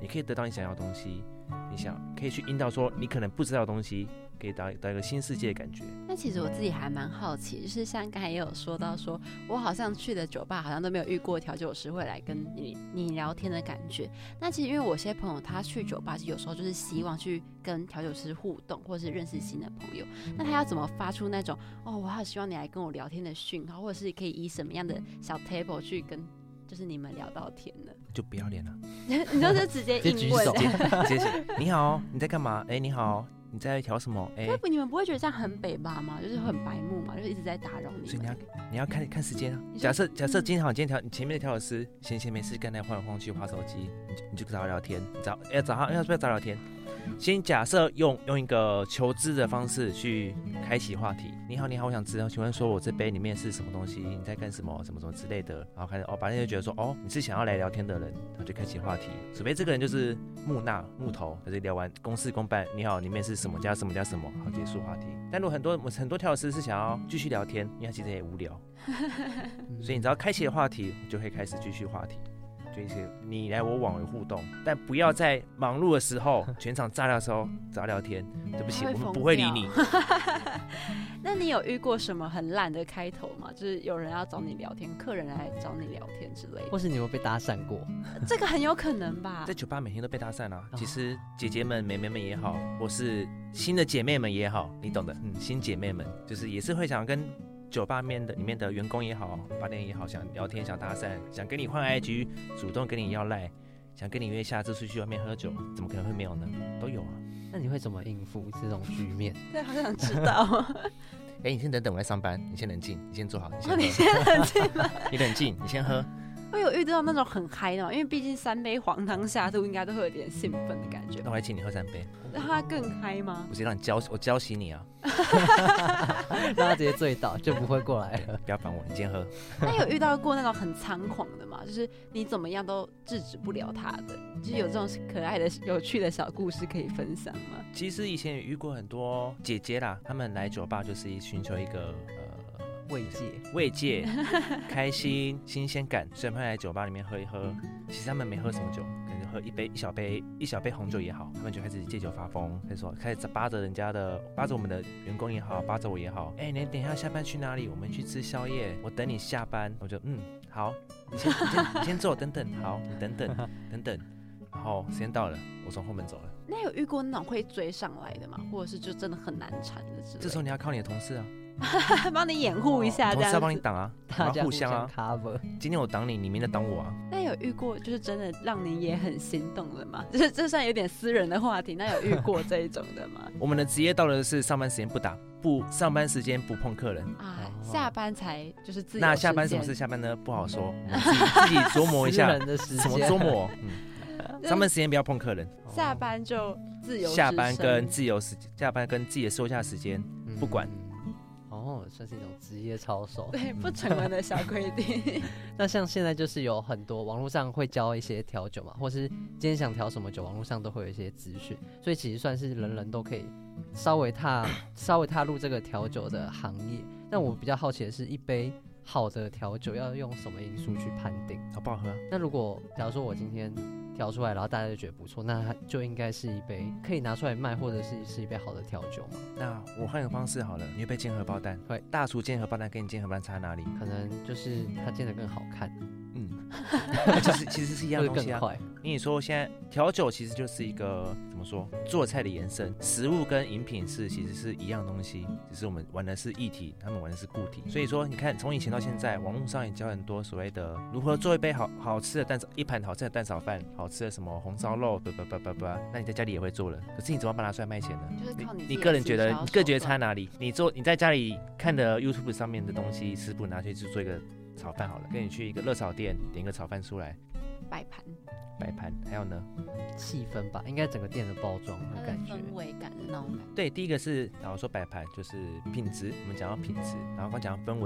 你可以得到你想要的东西，你想可以去引导说你可能不知道的东西，可以到到一个新世界的感觉。 那其实我自己还蛮好奇，就是像刚才也有说到说，我好像去的酒吧好像都没有遇过调酒师会来跟你你聊天的感觉。那其实因为我些朋友他去酒吧，有时候就是希望去跟调酒师互动，或是认识新的朋友。那他要怎么发出那种哦，我好希望你来跟我聊天的讯号，或者是可以以什么样的小 table 去跟就是你们聊到天呢？ 就不要脸了， 你就是直接硬问， 直接写你好，你在干嘛？哎、欸，你好。你在调什么？哎、欸， 你们不会觉得这样很北吧吗？就是很白目嘛，就是一直在打扰你们。 所以你要你要看看时间啊。假设假设今天好，今天调你前面的调酒师闲闲没事干来晃来晃去滑手机，你就你就找他聊天，你找哎、欸、找他要不要找聊天？先假设用用一个求知的方式去开启话题。你好，你好，我想知道，请问说我这杯里面是什么东西？你在干什么？什么什么之类的。然后开始哦，把人就觉得说哦，你是想要来聊天的人，他就开启话题。除非这个人就是木讷木头，可是聊完公事公办，你好，里面是什么加什么加什么，好结束话题。但如果很多很多调酒师是想要继续聊天，因为他其实也无聊，所以你只要开启了话题，就可以开始继续话题。就是你来我往的互动，但不要在忙碌的时候、全场炸掉的时候找聊天。对不起，我们不会理你。 那你有遇过什么很烂的开头吗？就是有人要找你聊天，客人来找你聊天之类的， 或是你有被搭讪过？ 这个很有可能吧。 在酒吧每天都被搭讪啊。其实姐姐们、妹妹们也好，或是新的姐妹们也好，你懂的。嗯，新姐妹们就是也是会想跟酒吧面的里面的员工也好，吧店也好，想聊天、想搭讪、想跟你换 I G， 主动跟你要赖，想跟你约下次出去外面喝酒，怎么可能会没有呢？都有啊。 那你会怎么应付这种局面？ 对，好想知道。 哎、欸，你先等等，我在上班，你先冷静，你先坐好，你先喝。 哦、你先冷静吗？ 你冷静，你先喝。 会有遇到那种很嗨的吗？因为毕竟三杯黄汤下肚，应该都会有点兴奋的感觉。 那我来请你喝三杯， 让他更嗨吗？ 不是让你教我教习你啊， 让他直接醉倒就不会过来了。 不要烦我，你先喝。 那有遇到过那种很猖狂的吗？就是你怎么样都制止不了他的，就是有这种可爱的、有趣的小故事可以分享吗？ 其实以前也遇过很多姐姐啦，她们来酒吧就是寻求一个呃。 慰藉、 慰藉、开心、新鲜感，所以他们来酒吧里面喝一喝。其实他们没喝什么酒，可能喝一杯、一小杯、一小杯红酒也好，他们就开始借酒发疯，开始说，开始扒着人家的，扒着我们的员工也好，扒着我也好。哎、欸，你等一下下班去哪里？我们去吃宵夜，我等你下班。我就嗯好，你先你先你先坐，等等，好，你等等等等。然后时间到了，我从后门走了。 那有遇过那种会追上来的吗？或者是就真的很难缠的之类的？ 这时候你要靠你的同事啊。 帮你掩护一下，这样同事要帮你挡啊， 大家互相啊 cover。 今天我挡你，你明天挡我啊。 那有遇过就是真的让你也很心动的吗？就是这算有点私人的话题，那有遇过这一种的吗？ 我们的职业道德是上班时间不打，不上班时间不碰客人啊，下班才就是自由。 那下班什么是下班呢？不好说，我们自己自己琢磨一下。 人的时间什么琢磨？嗯，上班时间不要碰客人， 下班就自由。 下班跟自由时，下班跟自己的休假时间不管。 哦，算是一种职业操守， 对，不成文的小规定。 那像现在就是有很多网络上会教一些调酒嘛，或是今天想调什么酒，网络上都会有一些资讯，所以其实算是人人都可以稍微踏稍微踏入这个调酒的行业。但我比较好奇的是，一杯好的调酒要用什么因素去判定好不好喝？ 那如果假如说我今天调出来，然后大家就觉得不错，那它就应该是一杯可以拿出来卖，或者是是一杯好的调酒嘛？ 那我换个方式好了，你会被煎荷包蛋？ 会。 大厨煎荷包蛋跟你煎荷包蛋差在哪里？ 可能就是它煎得更好看。 嗯，其实其实是一样的东西啊。 更快。 你说现在调酒其实就是一个怎么说做菜的延伸，食物跟饮品是其实是一样东西，只是我们玩的是液体，他们玩的是固体。所以说你看从以前到现在，网络上也教很多所谓的如何做一杯好好吃的蛋炒一盘好吃的蛋炒饭，好吃的什么红烧肉，不不不不不，那你在家里也会做了，可是你怎么把它拿出来卖钱呢？ 就是靠你你个人觉得你个人觉得差哪里？你做你在家里看的 YouTube 上面的东西，食谱拿去去做一个炒饭好了，跟你去一个热炒店点一个炒饭出来， 摆盘。 摆盘，还有呢， 气氛吧，应该整个店的包装的感觉， 氛围感的那种感觉。 对，第一个是，然后说摆盘就是品质，我们讲到品质，然后刚讲到氛围，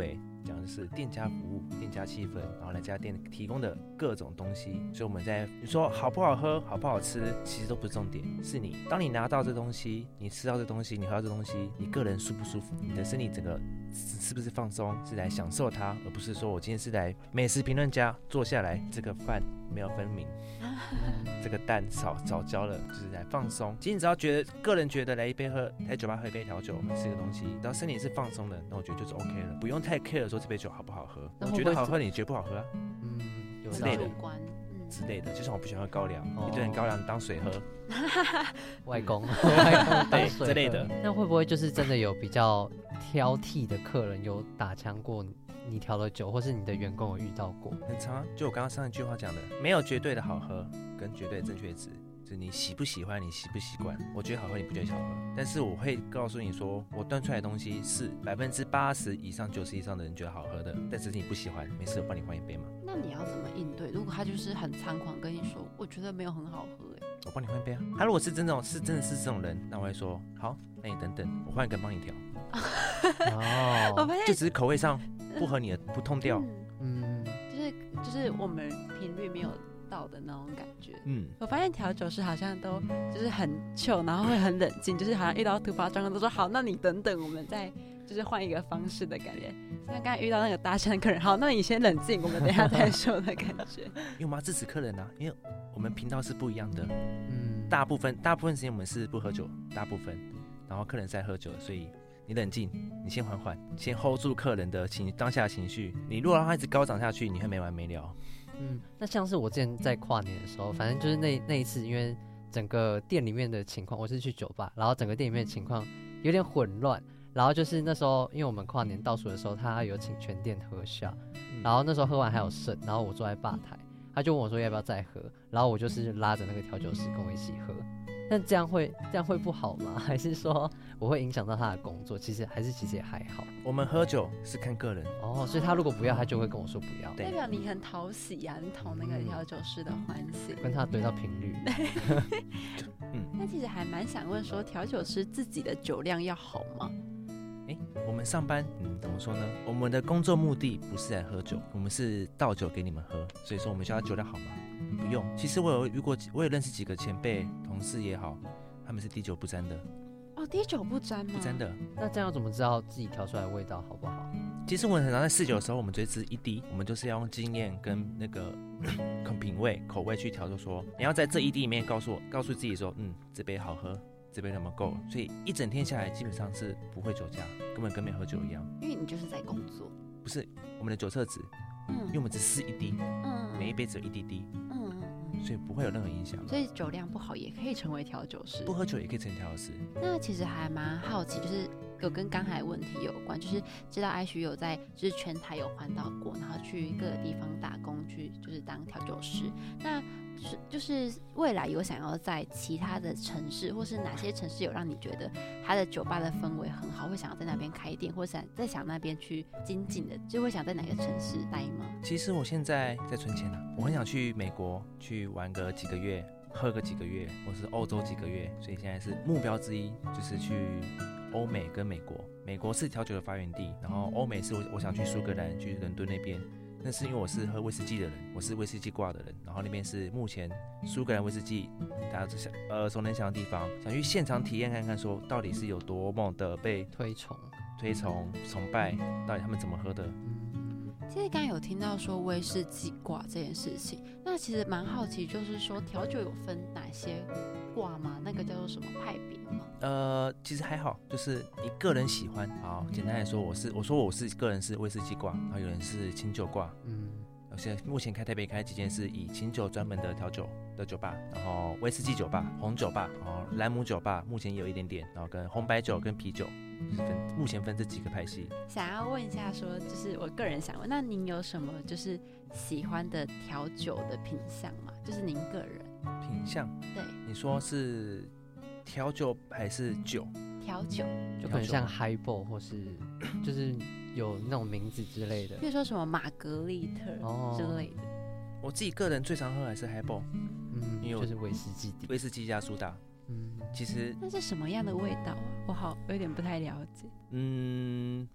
讲的是店家服务、店家气氛，然后那家店提供的各种东西。所以我们在你说好不好喝、好不好吃，其实都不是重点，是你当你拿到这东西，你吃到这东西，你喝到这东西，你个人舒不舒服，你的身体整个是不是放松，是来享受它，而不是说我今天是来美食评论家坐下来，这个饭没有分明。这个蛋少少焦了，就是来放松。其实你只要觉得个人觉得来一杯喝，来酒吧喝一杯调酒是个东西，只要身体是放松的，那我觉得就是 OK 了，不用太 care 说这杯酒好不好喝。我觉得好喝，你觉得不好喝啊？ 嗯，有之类的， 嗯、 之类的。就像我不喜欢喝高粱，哦、一堆人高粱当水喝， 外公，外公当水之类的。 那会不会就是真的有比较挑剔的客人有打枪过你？你调的酒，或是你的员工有遇到过？ 很长啊，就我刚刚上一句话讲的，没有绝对的好喝跟绝对的正确值，就是你喜不喜欢，你习不习惯。我觉得好喝，你不觉得好喝，但是我会告诉你说，我端出来的东西是百分之八十以上、九十以上的人觉得好喝的，但是你不喜欢，没事，我帮你换一杯嘛。 那你要怎么应对？如果他就是很猖狂跟你说，我觉得没有很好喝，哎， 我帮你换一杯啊。他如果是真的是真的是这种人，那我会说好，那你等等，我换一个帮你调。 哦， 我发现就只是口味上不合你的，不痛掉。 嗯，就是就是我们频率没有到的那种感觉。 嗯， 我发现调酒师好像都就是很 chill， 然后会很冷静，就是好像遇到突发状况都说好，那你等等，我们再就是换一个方式的感觉。像刚才遇到那个搭讪的客人，好，那你先冷静，我们等一下再说的感觉。 因为我们要支持客人啊，因为我们频道是不一样的。 嗯， 大部分大部分时间我们是不喝酒，大部分，然后客人在喝酒，所以。你冷静，你先缓缓，先 hold 住客人的情当下的情绪。你如果让他一直高涨下去，你会没完没了。 嗯，那像是我之前在跨年的时候，反正就是那那一次，因为整个店里面的情况，我是去酒吧，然后整个店里面的情况有点混乱，然后就是那时候，因为我们跨年倒数的时候，他有请全店喝下，嗯、然后那时候喝完还有剩，然后我坐在吧台，他就问我说要不要再喝，然后我就是拉着那个调酒师跟我一起喝。但这样会这样会不好吗？还是说我会影响到他的工作？其实还是其实也还好。 我们喝酒是看个人哦，所以他如果不要，他就会跟我说不要。 代表你很讨喜呀、啊，你讨那个调酒师的欢心， 跟他对到频率。 嗯，那其实还蛮想问说，调酒师自己的酒量要好吗？ 欸、我们上班，嗯，怎么说呢？我们的工作目的不是来喝酒，我们是倒酒给你们喝，所以说我们需要酒量好吗？不用。其实我有遇过，我也认识几个前辈、同事也好，他们是滴酒不沾的。 哦，滴酒不沾吗？ 不沾的。 那这样怎么知道自己调出来的味道好不好？ 其实我们很常在试酒的时候，我们只一滴，我们就是要用经验跟那个品味、口味去调，就说你要在这一滴里面告诉我，告诉自己说，嗯，这杯好喝。这杯那么够，所以一整天下来基本上是不会酒驾，根本跟没喝酒一样。 因为你就是在工作， 不是我们的酒测值，嗯，因为我们只试一滴，嗯，每一杯只有一滴滴，嗯，所以不会有任何影响。 所以酒量不好也可以成为调酒师， 不喝酒也可以成为调酒师。 那其实还蛮好奇，就是有跟刚才问题有关，就是知道艾许有在就是全台有环岛过，然后去各个地方打工去就是当调酒师。那是就是未来有想要在其他的城市，或是哪些城市有让你觉得他的酒吧的氛围很好，会想要在那边开店，或者想在想那边去精进的，就会想在哪个城市待吗？ 其实我现在在存钱啊，我很想去美国去玩个几个月，喝个几个月，或是欧洲几个月，所以现在是目标之一，就是去欧美跟美国。美国是调酒的发源地，然后欧美是我我想去苏格兰、去伦敦那边。那是因为我是喝威士忌的人，我是威士忌挂的人，然后那边是目前苏格兰威士忌大家想耳熟能详的地方，想去现场体验看看，说到底是有多么的被推崇、 推崇、崇拜，到底他们怎么喝的。 其实刚刚有听到说威士忌挂这件事情，那其实蛮好奇，就是说调酒有分哪些挂吗？那个叫做什么派别吗？ 呃，其实还好，就是你个人喜欢。好，简单来说，我是我说我是个人是威士忌挂，然后有人是清酒挂。嗯，现在目前开台北开几间是以清酒专门的调酒的酒吧，然后威士忌酒吧、红酒吧，然后兰姆酒吧，目前也有一点点，然后跟红白酒跟啤酒。就是分目前分这几个派系。 想要问一下说，就是我个人想问，那您有什么就是喜欢的调酒的品项吗？就是您个人品项？ 对， 你说是调酒还是酒？ 调酒， 就可能像 Highball 或是就是有那种名字之类的， 比如说什么玛格丽特之类的。 哦、我自己个人最常喝还是 Highball， 嗯，因为就是威士忌底， 威士忌加苏打。嗯，其实那是什么样的味道啊？我好有点不太了解。 嗯，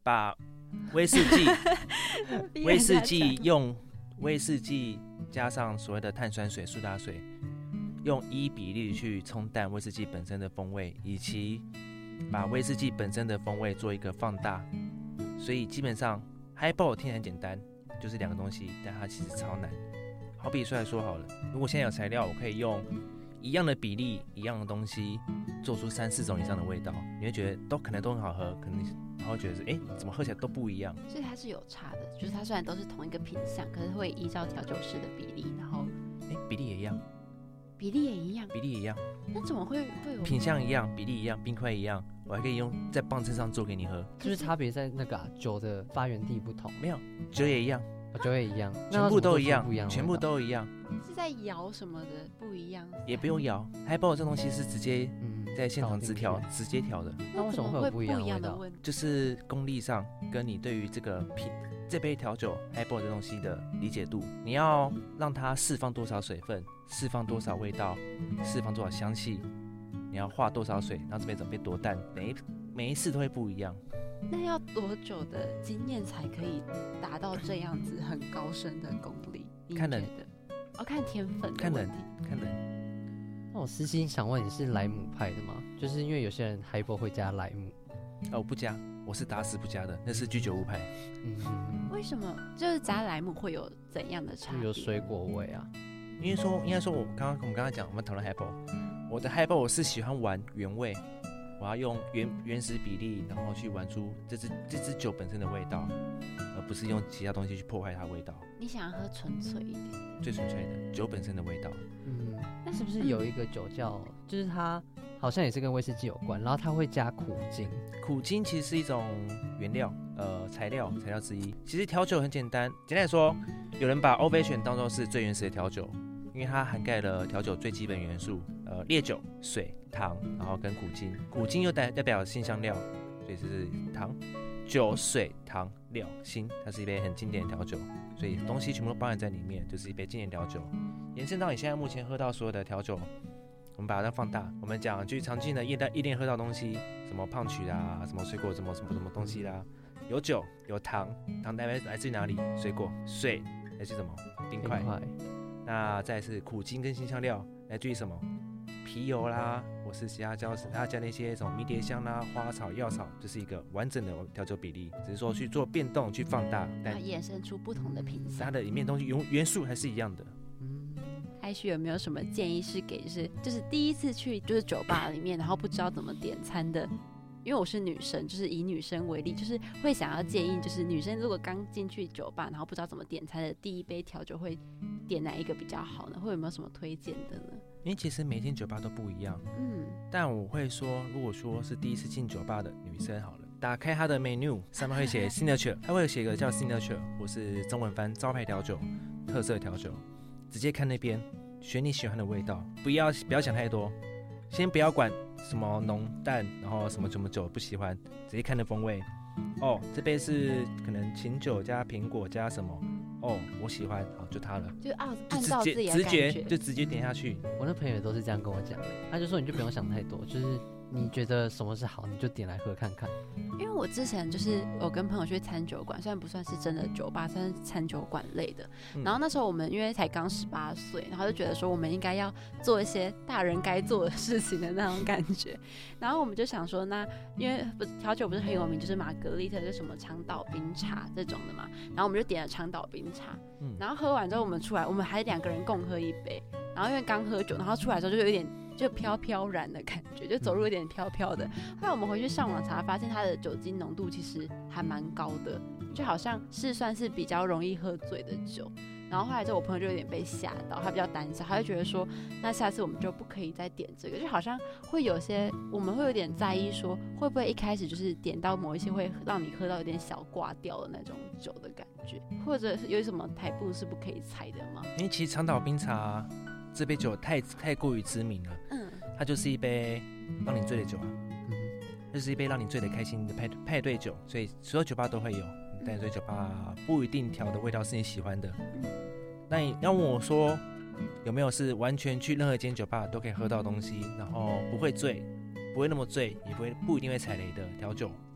把威士忌威士忌用威士忌加上所谓的碳酸水、苏打水，用一比例去冲淡威士忌本身的风味，以及把威士忌本身的风味做一个放大。所以基本上 highball 听起来很简单，就是两个东西，但它其实超难。好比说来说好了，如果现在有材料，我可以用一样的比例、一样的东西，做出三四种以上的味道，你会觉得都可能都很好喝，可能然后觉得是哎，怎么喝起来都不一样。 所以它是有差的，就是它虽然都是同一个品相，可是会依照调酒师的比例，然后哎，比例也一样， 比例也一样， 比例也一样， 那怎么会会有品相一样，比例一样，冰块一样，我还可以用在棒身上做给你喝。 就是差别在那个、啊、酒的发源地不同。 没有，酒也一样， 酒也一样， 全部都一样， 不一样， 全部都一样。 是在摇什么的不一样？ 也不用摇 ，highball 这东西是直接嗯在现场直调，直接调的。 那为什么会有不一样的味道？ 就是功力上跟你对于这个品这杯调酒 highball 这东西的理解度，你要让它释放多少水分，释放多少味道，释放多少香气，你要化多少水，让这杯酒变多淡，每一每一次都会不一样。 那要多久的经验才可以达到这样子很高深的功力？ 看人， 哦，看天分， 看人，看人。 那我私心想问，你是莱姆派的吗？就是因为有些人 highball 会加莱姆。 哦，我不加，我是打死不加的，那是居酒屋派。 嗯嗯嗯。 为什么？就是加莱姆会有怎样的差别？ 有水果味啊。 因为说，应该说我刚刚我们刚刚讲，我们讨论 highball， 我的 highball 我是喜欢玩原味。我要用 原, 原始比例，然后去玩出这支这支酒本身的味道，而不是用其他东西去破坏它的味道。 你想要喝纯粹一点的， 最纯粹的酒本身的味道。 嗯，那是不是有一个酒叫，就是它好像也是跟威士忌有关，然后它会加苦精？ 苦精其实是一种原料，呃，材料材料之一。其实调酒很简单，简单来说，有人把 Ovation 当作是最原始的调酒，因为它涵盖了调酒最基本元素，呃，烈酒、水、糖，然后跟苦精。苦精又代代表辛香料，所以就是糖、酒、水、糖、料、辛，它是一杯很经典的调酒，所以东西全部都包含在里面，就是一杯经典调酒。延伸到你现在目前喝到所有的调酒，我们把它放大，我们讲去常见的夜夜店喝到东西，什么胖曲啦，什么水果，什么什么什么东西啦，有酒有糖，糖来来自于哪里？水果，水来自于什么？冰块。 冰块那再来是苦精跟辛香料，来自于什么？皮油啦，或是其他加它加那些什么迷迭香啦、花草、药草，就是一个完整的调酒比例，只是说去做变动、去放大，但衍生出不同的品相， 它的里面东西元元素还是一样的。 嗯， 艾旭有没有什么建议是给就是就是第一次去就是酒吧里面，然后不知道怎么点餐的？因为我是女生，就是以女生为例，就是会想要建议，就是女生如果刚进去酒吧，然后不知道怎么点餐的，第一杯调酒会点哪一个比较好呢？会有没有什么推荐的呢？ 因为其实每天酒吧都不一样， 嗯， 但我会说，如果说是第一次进酒吧的女生好了，打开她的 menu， 上面会写 signature， 它会写一个叫 signature， 或是中文翻招牌调酒、特色调酒，直接看那边，选你喜欢的味道，不要不要想太多，先不要管什么浓淡，然后什么什么酒不喜欢，直接看那风味。哦，这杯是可能琴酒加苹果加什么？哦，我喜欢，好就它了， 就按就按照自己的直感觉， 觉就直接点下去。 我那朋友也都是这样跟我讲的，他就说你就不用想太多，就是你觉得什么是好，你就点来喝看看。 因为我之前就是有跟朋友去餐酒馆，虽然不算是真的酒吧，算是餐酒馆类的。 嗯、 然后那时候我们因为才刚十八岁，然后就觉得说我们应该要做一些大人该做的事情的那种感觉。然后我们就想说，那因为不调酒不是很有名，就是玛格丽特，就是什么长岛冰茶这种的嘛。然后我们就点了长岛冰茶， 嗯、 然后喝完之后我们出来，我们还两个人共喝一杯。然后因为刚喝酒，然后出来的时候就有点就飘飘然的感觉，就走路有点飘飘的。后来我们回去上网查，发现它的酒精浓度其实还蛮高的，就好像是算是比较容易喝醉的酒。然后后来之后，我朋友就有点被吓到，他比较胆小，他就觉得说，那下次我们就不可以再点这个，就好像会有些我们会有点在意说，会不会一开始就是点到某一些会让你喝到有点小挂掉的那种酒的感觉，或者有什么台步是不可以踩的吗？ 因为其实长岛冰茶这杯酒太太过于知名了，嗯，它就是一杯让你醉的酒啊，嗯，它就是一杯让你醉得开心的派派对酒，所以所有酒吧都会有，但所以酒吧不一定调的味道是你喜欢的。那你要问我说有没有是完全去任何一间酒吧都可以喝到东西，然后不会醉，不会那么醉，也不会不一定会踩雷的调酒，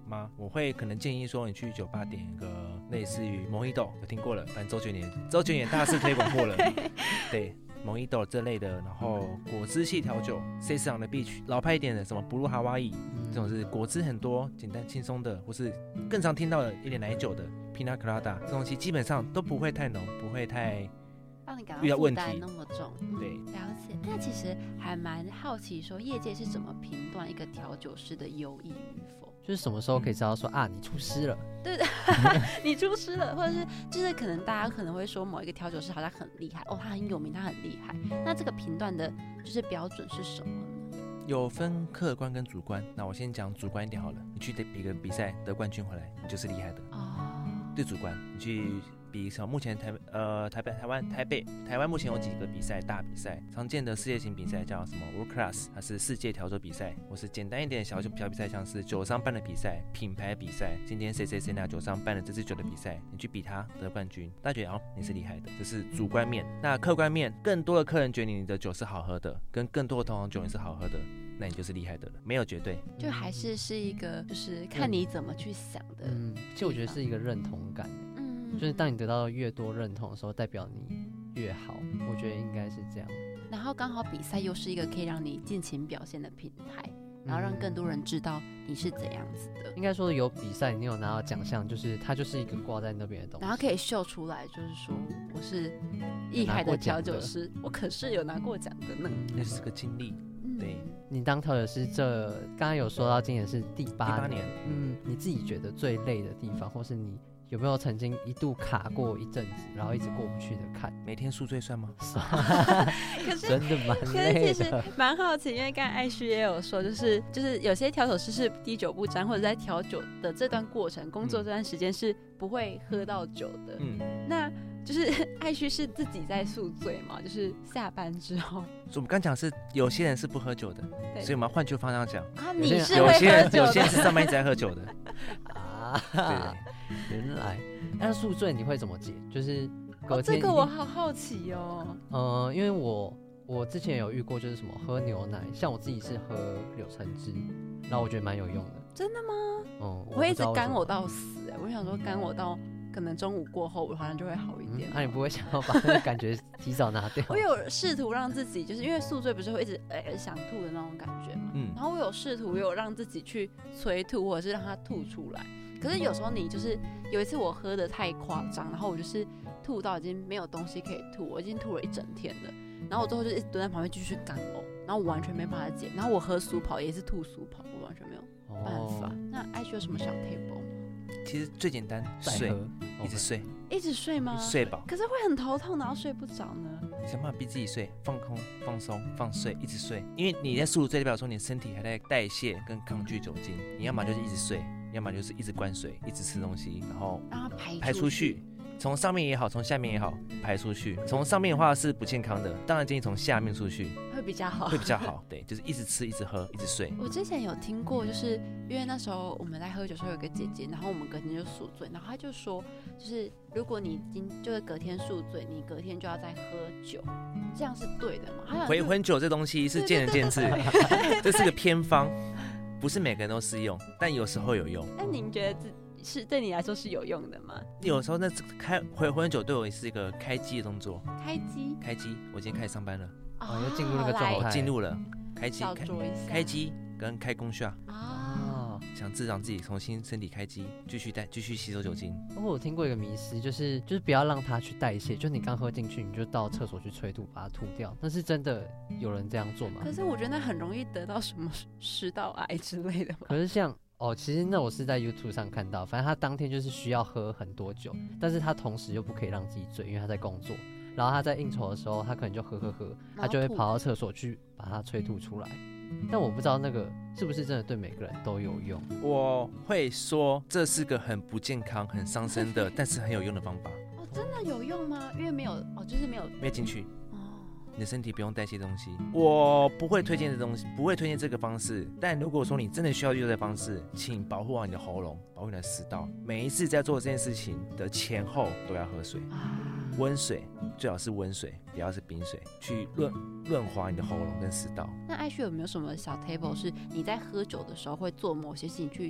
吗？我会可能建议说，你去酒吧点一个类似于Mojito，有听过了，反正周杰伦周杰伦大肆推广过了，对。Mojito 这类的，然后果汁系调酒 ，C 市场的 Beach， 老派一点的什么 Blue Hawaii，、嗯、这种是果汁很多、简单轻松的，或是更常听到的一点奶酒的 Pina Colada， 这东西基本上都不会太浓，不会太让你感到负担那么重。 对， 了解。那其实还蛮好奇，说业界是怎么评断一个调酒师的优异与否？ 就是什么时候可以知道说啊，你出师了？ 对的，你出师了，或者是就是可能大家可能会说某一个调酒师好像很厉害哦，他很有名，他很厉害。那这个评断的就是标准是什么呢？ 有分客观跟主观。那我先讲主观一点好了。你去比个比赛得冠军回来，你就是厉害的。哦。对主观，你去比什么？目前台呃台北台湾台北台湾目前有几个比赛大比赛，常见的世界型比赛叫什么 World Class， 它是世界调酒比赛，或是简单一点的小小比赛，像是酒商办的比赛、品牌比赛。今天谁谁谁拿酒商办了这支酒的比赛，你去比它得冠军，大家觉得哦你是厉害的，这是主观面。那客观面，更多的客人觉得你的酒是好喝的，跟更多的同行酒也是好喝的。那你就是厉害的了，没有绝对， 就还是是一个，就是看你怎么去想的。 嗯，其实我觉得是一个认同感。嗯，就是当你得到越多认同的时候，代表你越好。我觉得应该是这样。 然后刚好比赛又是一个可以让你尽情表现的平台，然后让更多人知道你是怎样子的。 应该说有比赛，你有拿到奖项，就是它就是一个挂在那边的东西， 然后可以秀出来，就是说我是厉害的调酒师，我可是有拿过奖的呢。 那是个经历。对， 你当调酒师这刚刚有说到今年是第八年， 第八年， 嗯，你自己觉得最累的地方，或是你有没有曾经一度卡过一阵子，然后一直过不去的坎？ 每天宿醉算吗？ 可是真的蛮累的。 可是其实蛮好奇，因为刚才艾旭也有说，就是就是有些调酒师是滴酒不沾，或者在调酒的这段过程、工作这段时间是不会喝到酒的。嗯，那就是艾旭是自己在宿醉嘛？就是下班之后。 我们刚讲是有些人是不喝酒的，所以我们要换句方向讲啊，你是会喝酒的，有些人有些人是上班一直在喝酒的啊。对，原来那宿醉你会怎么解？就是隔天、 哦、这个我好好奇哦。 呃，因为我我之前有遇过，就是什么喝牛奶，像我自己是喝柳橙汁，然后我觉得蛮有用的。 真的吗？ 嗯， 我会一直干呕到死哎、欸！我想说干呕到可能中午过后，我好像就会好一点。 那、嗯啊、你不会想要把那个感觉提早拿掉？ 我有试图让自己，就是因为宿醉不是会一直呃想吐的那种感觉嘛，嗯，然后我有试图有让自己去催吐，或者是让它吐出来。可是有时候你就是有一次我喝的太夸张，然后我就是吐到已经没有东西可以吐，我已经吐了一整天了，然后我最后就一直蹲在旁边继续干呕，然后我完全没办法解，然后我喝苏跑也是吐苏跑，我完全没有办法。哦、那艾旭有什么小 table 吗？ 其实最简单，睡，一直睡， 一直睡吗？ 睡饱。 可是会很头痛，然后睡不着呢。 想办法逼自己睡，放空、放松、放睡，一直睡。因为你在宿醉，代表说你身体还在代谢跟抗拒酒精，你要么就是一直睡，要么就是一直灌水，一直吃东西，然后让它排排出去。从上面也好，从下面也好，排出去。从上面的话是不健康的，当然建议从下面出去会比较好， 会比较好。对，就是一直吃，一直喝，一直睡。 我之前有听过，就是因为那时候我们在喝酒的时候有个姐姐，然后我们隔天就宿醉，然后她就说，就是如果你今就是隔天宿醉，你隔天就要再喝酒，这样是对的吗？ 回魂酒这东西是见仁见智，这是个偏方，不是每个人都适用，但有时候有用。 那您觉得自是对你来说是有用的吗？ 有时候那开回魂酒对我也是一个开机的动作。 开机？ 开机！我今天开始上班了， 哦，又进入那个状态， 我进入了开机， 开开机跟开功效啊， 想自让自己重新身体开机，继续带继续吸收酒精。 我有听过一个迷思，就是就是不要让它去代谢，就你刚喝进去，你就到厕所去催吐，把它吐掉。但是真的有人这样做吗？ 可是我觉得那很容易得到什么食道癌之类的吧。 可是像。哦，其实那我是在 YouTube 上看到，反正他当天就是需要喝很多酒，但是他同时又不可以让自己醉，因为他在工作。然后他在应酬的时候，他可能就喝喝喝，他就会跑到厕所去把它催吐出来。但我不知道那个是不是真的对每个人都有用。 我会说这是个很不健康、很伤身的，但是很有用的方法。 哦，真的有用吗？因为没有哦，就是没有没有进去。你的身体不用代谢东西，我不会推荐这东西，不会推荐这个方式。但如果说你真的需要用这方式，请保护好你的喉咙，保护你的食道。每一次在做这件事情的前后都要喝水，温水最好是温水，不要是冰水，去润润滑你的喉咙跟食道。 那艾旭有没有什么小 table 是你在喝酒的时候会做某些事情去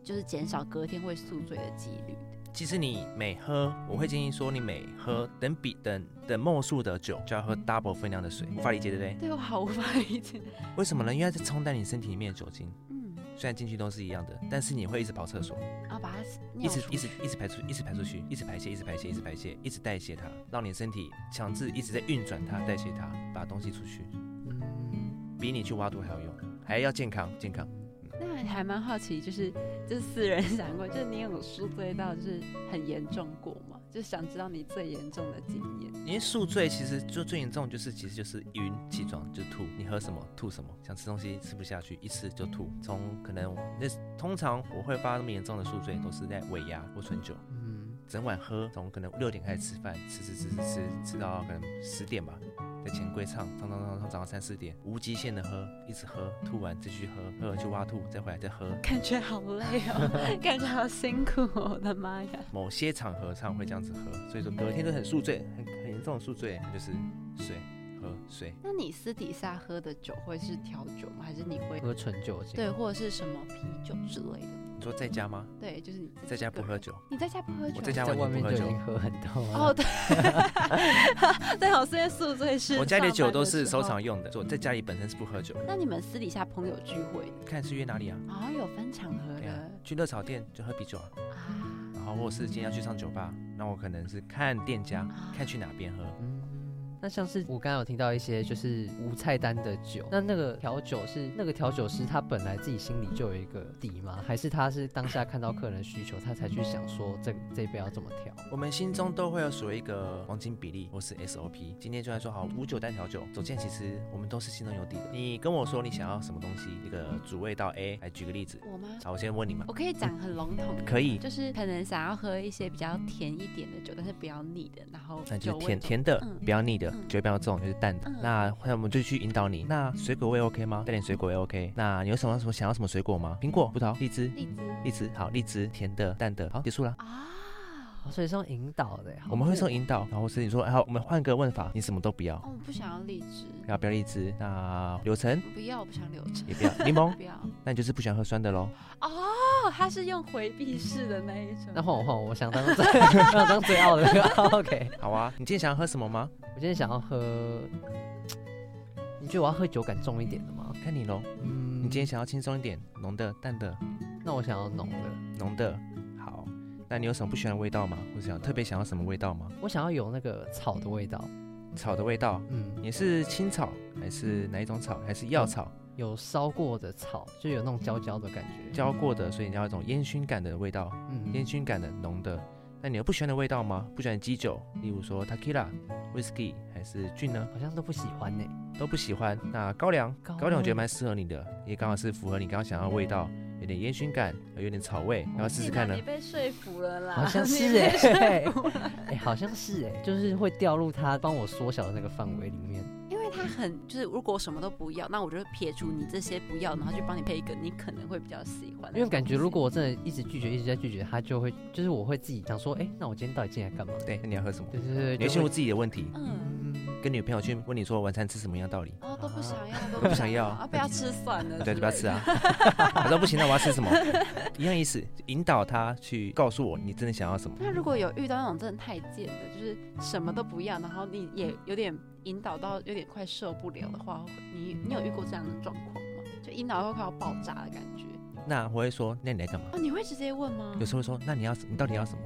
就是减少隔天会宿醉的几率。 其实你每喝，我会建议说，你每喝等比等等末数的酒，就要喝 double 分量的水。无法理解对不对？ 对，我好无法理解。 为什么呢？因为它在冲淡你身体里面的酒精。 嗯， 虽然进去都是一样的，但是你会一直跑厕所， 然后把它一直一直一直排出，一直排出去，一直排泄，一直排泄，一直排泄，一直代谢它，让你身体强制一直在运转它，代谢它，把东西出去。嗯，比你去挖肚还要用，还要健康，健康。 那还蛮好奇，就是就是私人想过，就是你有宿醉到就是很严重过吗？就是想知道你最严重的经验。 因为宿醉其实就最严重就是其实就是晕、气壮，就是吐。你喝什么吐什么，想吃东西吃不下去，一吃就吐。从可能那通常我会发那么严重的宿醉，都是在尾牙或春酒。嗯，整晚喝，从可能六点开始吃饭，吃吃吃吃吃吃到可能十点吧。在钱柜唱唱唱唱唱，早上三四点，无极限的喝，一直喝，吐完继续喝，喝完去挖吐，再回来再喝， 感觉好累哦，感觉好辛苦哦，我的妈呀！ 某些场合上会这样子喝，所以说隔天都很宿醉，很很严重的宿醉，就是睡喝睡。 那你私底下喝的酒会是调酒吗？还是你会喝纯酒精？ 对，或者是什么啤酒之类的？ 你说在家吗？ 对，就是你在家不喝酒。 你在家不喝酒？ 我在家在完全不喝酒， 外面就已经喝很多了。 哦，对，对，我是因为宿醉是。 我家里的酒都是收藏用的，我在家里本身是不喝酒。 那你们私底下朋友聚会， 看是约哪里啊？ 哦，有分场合的。 对啊，去热炒店就喝啤酒啊。啊。然后或者是今天要去上酒吧，那我可能是看店家，啊、看去哪边喝。嗯。 那像是我刚刚有听到一些就是无菜单的酒，那那个调酒是那个调酒师他本来自己心里就有一个底吗？还是他是当下看到客人的需求，他才去想说这这一杯要怎么调？ 我们心中都会有所谓一个黄金比例或是 S O P。今天就来说好无酒单调酒，走进其实我们都是心中有底的。你跟我说你想要什么东西，一个主味道 A， 来举个例子。 我吗？ 好，我先问你嘛。 我可以讲很笼统的， 可以， 就是可能想要喝一些比较甜一点的酒，但是不要腻的，然后那就是甜甜的，嗯、不要腻的，酒味比较重。就是淡的，嗯、那我们就去引导你。那水果味 OK 吗？带点水果味 OK。那你有什么什么想要什么水果吗？苹果、葡萄、荔枝、 荔枝、 荔枝，好，荔枝，甜的、淡的，好，结束了。 啊， 所以是用引导的， 我们会送引导，然后是你说，好，我们换个问法，你什么都不要。 哦，我不想要荔枝。 要不要荔枝？那柳橙？ 不要，我不想柳橙。 也不要柠檬？ 不要。 那你就是不喜欢喝酸的喽？ 哦，他是用回避式的那一种。 那换我换我，我想当最想当最傲的那个。OK， 好啊。你今天想要喝什么吗？ 我今天想要喝。你觉得我要喝酒感重一点的吗？ 看你咯。嗯，你今天想要轻松一点，浓的、淡的？ 那我想要浓的。 浓的，好。那你有什么不喜欢的味道吗？或者想特别想要什么味道吗？ 我想要有那个草的味道。 草的味道？嗯，你是青草还是哪一种草？还是药草？ 嗯、有烧过的草，就有那种焦焦的感觉。 焦过的，所以你要一种烟熏感的味道。嗯，烟熏感的浓的。那你有不喜欢的味道吗？不喜欢基酒，例如说 tequila、whisky 还是菌呢？ 好像都不喜欢呢、欸， 都不喜欢。那高粱，高粱我觉得蛮适合你的，也刚好是符合你刚刚想要的味道，有点烟熏感，有点草味，要试试看呢。 你被说服了啦， 好像是哎、欸，哎、欸，好像是哎、欸，就是会掉入他帮我缩小的那个范围里面。 因为他很就是，如果什么都不要，那我就会撇除你这些不要，然后去帮你配一个你可能会比较喜欢的。 因为感觉如果我真的一直拒绝，一直在拒绝，他就会就是我会自己想说，哎、欸，那我今天到底进来干嘛？ 对，那你要喝什么？ 对对对， 你会陷入自己的问题。 嗯， 跟女朋友去问你说晚餐吃什么一样道理。 哦，都不想要，都不想要， 啊，不要吃算了。 对，就不要吃啊。我说不行，那我要吃什么？一样意思，引导他去告诉我你真的想要什么。 那如果有遇到那种真的太贱的，就是什么都不要，然后你也有点引导到有点快受不了的话，你你有遇过这样的状况吗？就引导到快要爆炸的感觉。 那我会说，那你来干嘛？ 哦，你会直接问吗？ 有时候会说，那你要你到底要什么？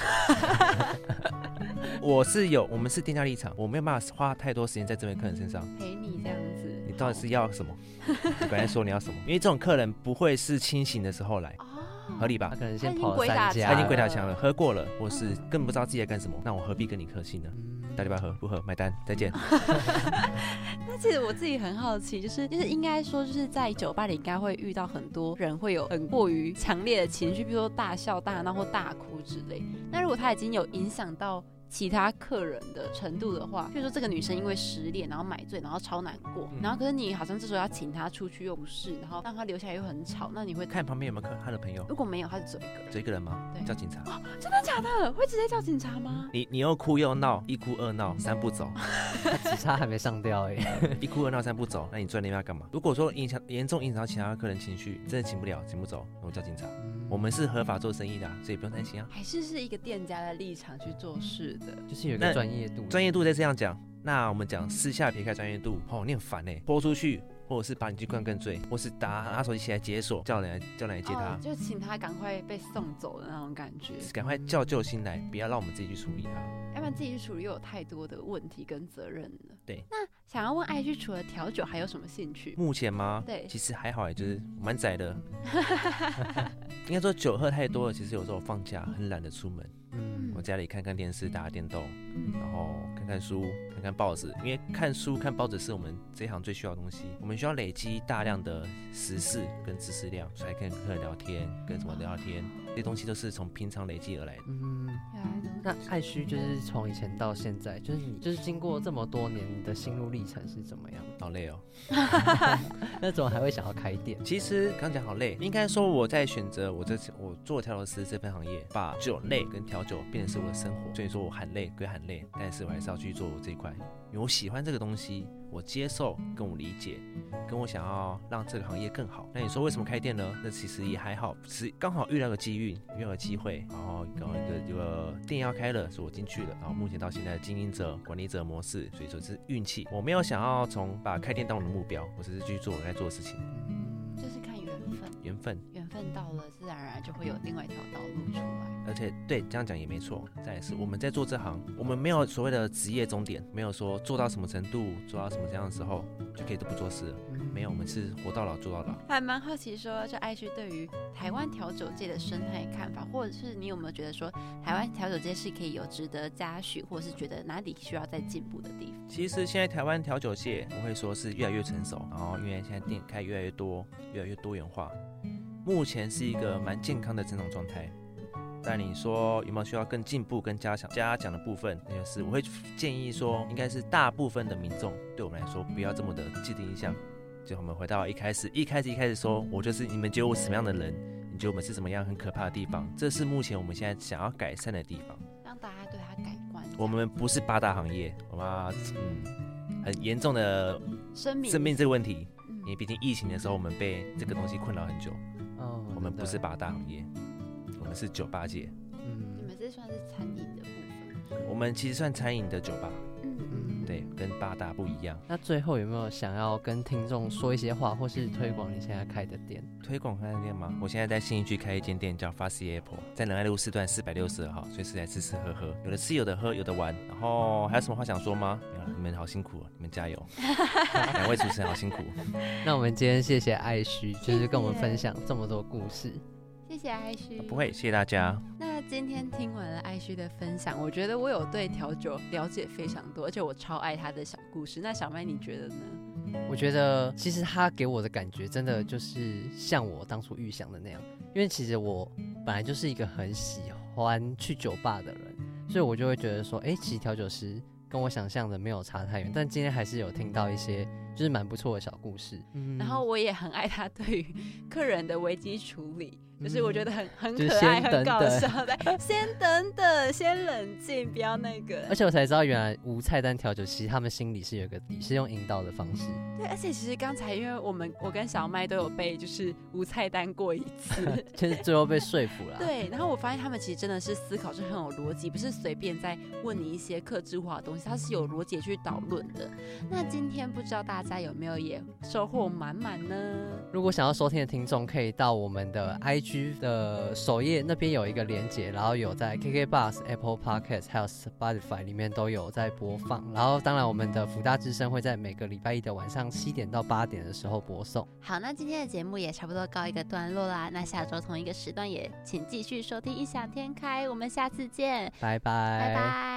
我是有，我们是店家立场，我没有办法花太多时间在这位客人身上陪你这样子。 你到底是要什么？你本来说你要什么？因为这种客人不会是清醒的时候来，哦、合理吧？ 他可能先跑了三家， 他已经鬼打墙了，喝过了，或是更不知道自己在干什么，那我何必跟你客气呢？到底要不要喝？不喝，买单，再见。 那其实我自己很好奇，就是就是应该说，就是在酒吧里应该会遇到很多人会有很过于强烈的情绪，比如说大笑、大闹或大哭之类。那如果他已经有影响到其他客人的程度的话，比如说这个女生因为失恋然后买醉然后超难过、嗯、然后可是你好像这时候要请她出去又不是，然后让她留下来又很吵，那你会看旁边有没有他的朋友， 如果没有他就只有一个人， 只有一个人吗？叫警察、 哦、真的假的？会直接叫警察吗？ 你你又哭又闹，一哭二闹三不走警察还没上吊哎、欸， 一哭二闹三不走，那你坐在那边要干嘛？如果说影响严重影响到其他客人情绪，真的请不了请不走，那我叫警察、嗯、我们是合法做生意的、啊、所以不用担心啊。 还是是一个店家的立场去做事的， 就是有一个专业度， 专业度再这样讲。那我们讲私下撇开专业度，哦，你很烦哎、欸，播出去，或者是把你去灌更醉，或是打拿手机起来解锁，叫人来叫人来接他、哦， 就请他赶快被送走的那种感觉， 赶快叫救星来，不要让我们自己去处理他， 要不然自己去处理又有太多的问题跟责任了。 对， 那想要问I G除了调酒还有什么兴趣？ 目前吗？ 对， 其实还好哎，就是蛮宅的。应该说酒喝太多了，其实有时候放假很懒得出门。嗯，我家里看看电视，打打电动，然后看看书，看看报纸。因为看书、看报纸是我们这一行最需要的东西。我们需要累积大量的时事跟知识量，才可以跟客人聊天，跟什么聊天，这些东西都是从平常累积而来的。 嗯，那艾虚就是从以前到现在，就是你就是经过这么多年，你的心路历程是怎么样？ 好累哦。 那怎么还会想要开店？ 其实刚讲好累，应该说我在选择我这我做调酒师这份行业，把酒类跟调酒变成是我的生活，所以说我很累归很累，但是我还是要去做我这一块，因为我喜欢这个东西，我接受跟我理解，跟我想要让这个行业更好。那你说为什么开店呢？那其实也还好，是刚好遇到个机遇，遇到个机会，然后刚好一个一个店要开了，所以我进去了，然后目前到现在的经营者、管理者模式，所以说是运气。我没有想要从把开店当我的目标，我只是去做我该做的事情。 嗯，就是看缘分， 缘分， 缘分到了，自然而然就会有另外一条道路出来。 而且对这样讲也没错。再来是我们在做这行，我们没有所谓的职业终点，没有说做到什么程度，做到什么这样的时候就可以都不做事了。没有，我们是活到老做到老。 还蛮好奇说，就艾虚对于台湾调酒界的生态看法，或者是你有没有觉得说台湾调酒界是可以有值得嘉许，或者是觉得哪里需要再进步的地方？ 其实现在台湾调酒界我会说是越来越成熟，然后因为现在店开越来越多，越来越多元化，目前是一个蛮健康的成长状态。但你说有没有需要更进步、更加强、加强的部分？那就是我会建议说，应该是大部分的民众对我们来说，不要这么的既定印象。就我们回到一开始，一开始一开始说，我就是你们觉得我什么样的人？你觉得我们是什么样很可怕的地方？这是目前我们现在想要改善的地方， 让大家对它改观。 我们不是八大行业，我们要嗯很严重的生命生命这个问题，因为毕竟疫情的时候，我们被这个东西困扰很久。 哦， 我们不是八大行业。我们是酒吧界， 嗯，你们这算是餐饮的部分。 我们其实算餐饮的酒吧， 嗯嗯， 对，跟八大不一样。 那最后有没有想要跟听众说一些话，或是推广你现在开的店？ 推广开的店吗？我现在在信义区开一间店，叫 Fussy Apple， 在仁爱路四段四百六十二号，随时来吃吃喝喝，有的吃，有的喝，有的玩。然后还有什么话想说吗？没有了，你们好辛苦，你们加油，两位主持人好辛苦。 那我们今天谢谢艾虚，就是跟我们分享这么多故事。 谢谢艾虚、啊， 不会，谢谢大家。 那今天听完了艾虚的分享，我觉得我有对调酒了解非常多，而且我超爱他的小故事。那小麦你觉得呢？ 我觉得其实他给我的感觉真的就是像我当初预想的那样，因为其实我本来就是一个很喜欢去酒吧的人，所以我就会觉得说，哎，其实调酒师跟我想象的没有差太远，但今天还是有听到一些就是蛮不错的小故事。 嗯，然后我也很爱他对于客人的危机处理。就是我觉得很很可爱，很搞笑的。先等等，先冷静，不要那个。 而且我才知道，原来无菜单调酒，其实他们心里是有个底，是用引导的方式。 对，而且其实刚才因为我们我跟小麦都有被就是无菜单过一次， 就是最后被说服了。 对，然后我发现他们其实真的是思考是很有逻辑，不是随便在问你一些客制化的东西，它是有逻辑去导论的。那今天不知道大家有没有也收获满满呢？ 如果想要收听的听众，可以到我们的 I G的首页那边有一个连结，然后有在 K K Bus、Apple Podcast 还有 Spotify 里面都有在播放。然后当然我们的福大之声会在每个礼拜一的晚上七点到八点的时候播送。 好，那今天的节目也差不多告一个段落啦。那下周同一个时段也请继续收听异想天开，我们下次见， 拜拜， 拜拜。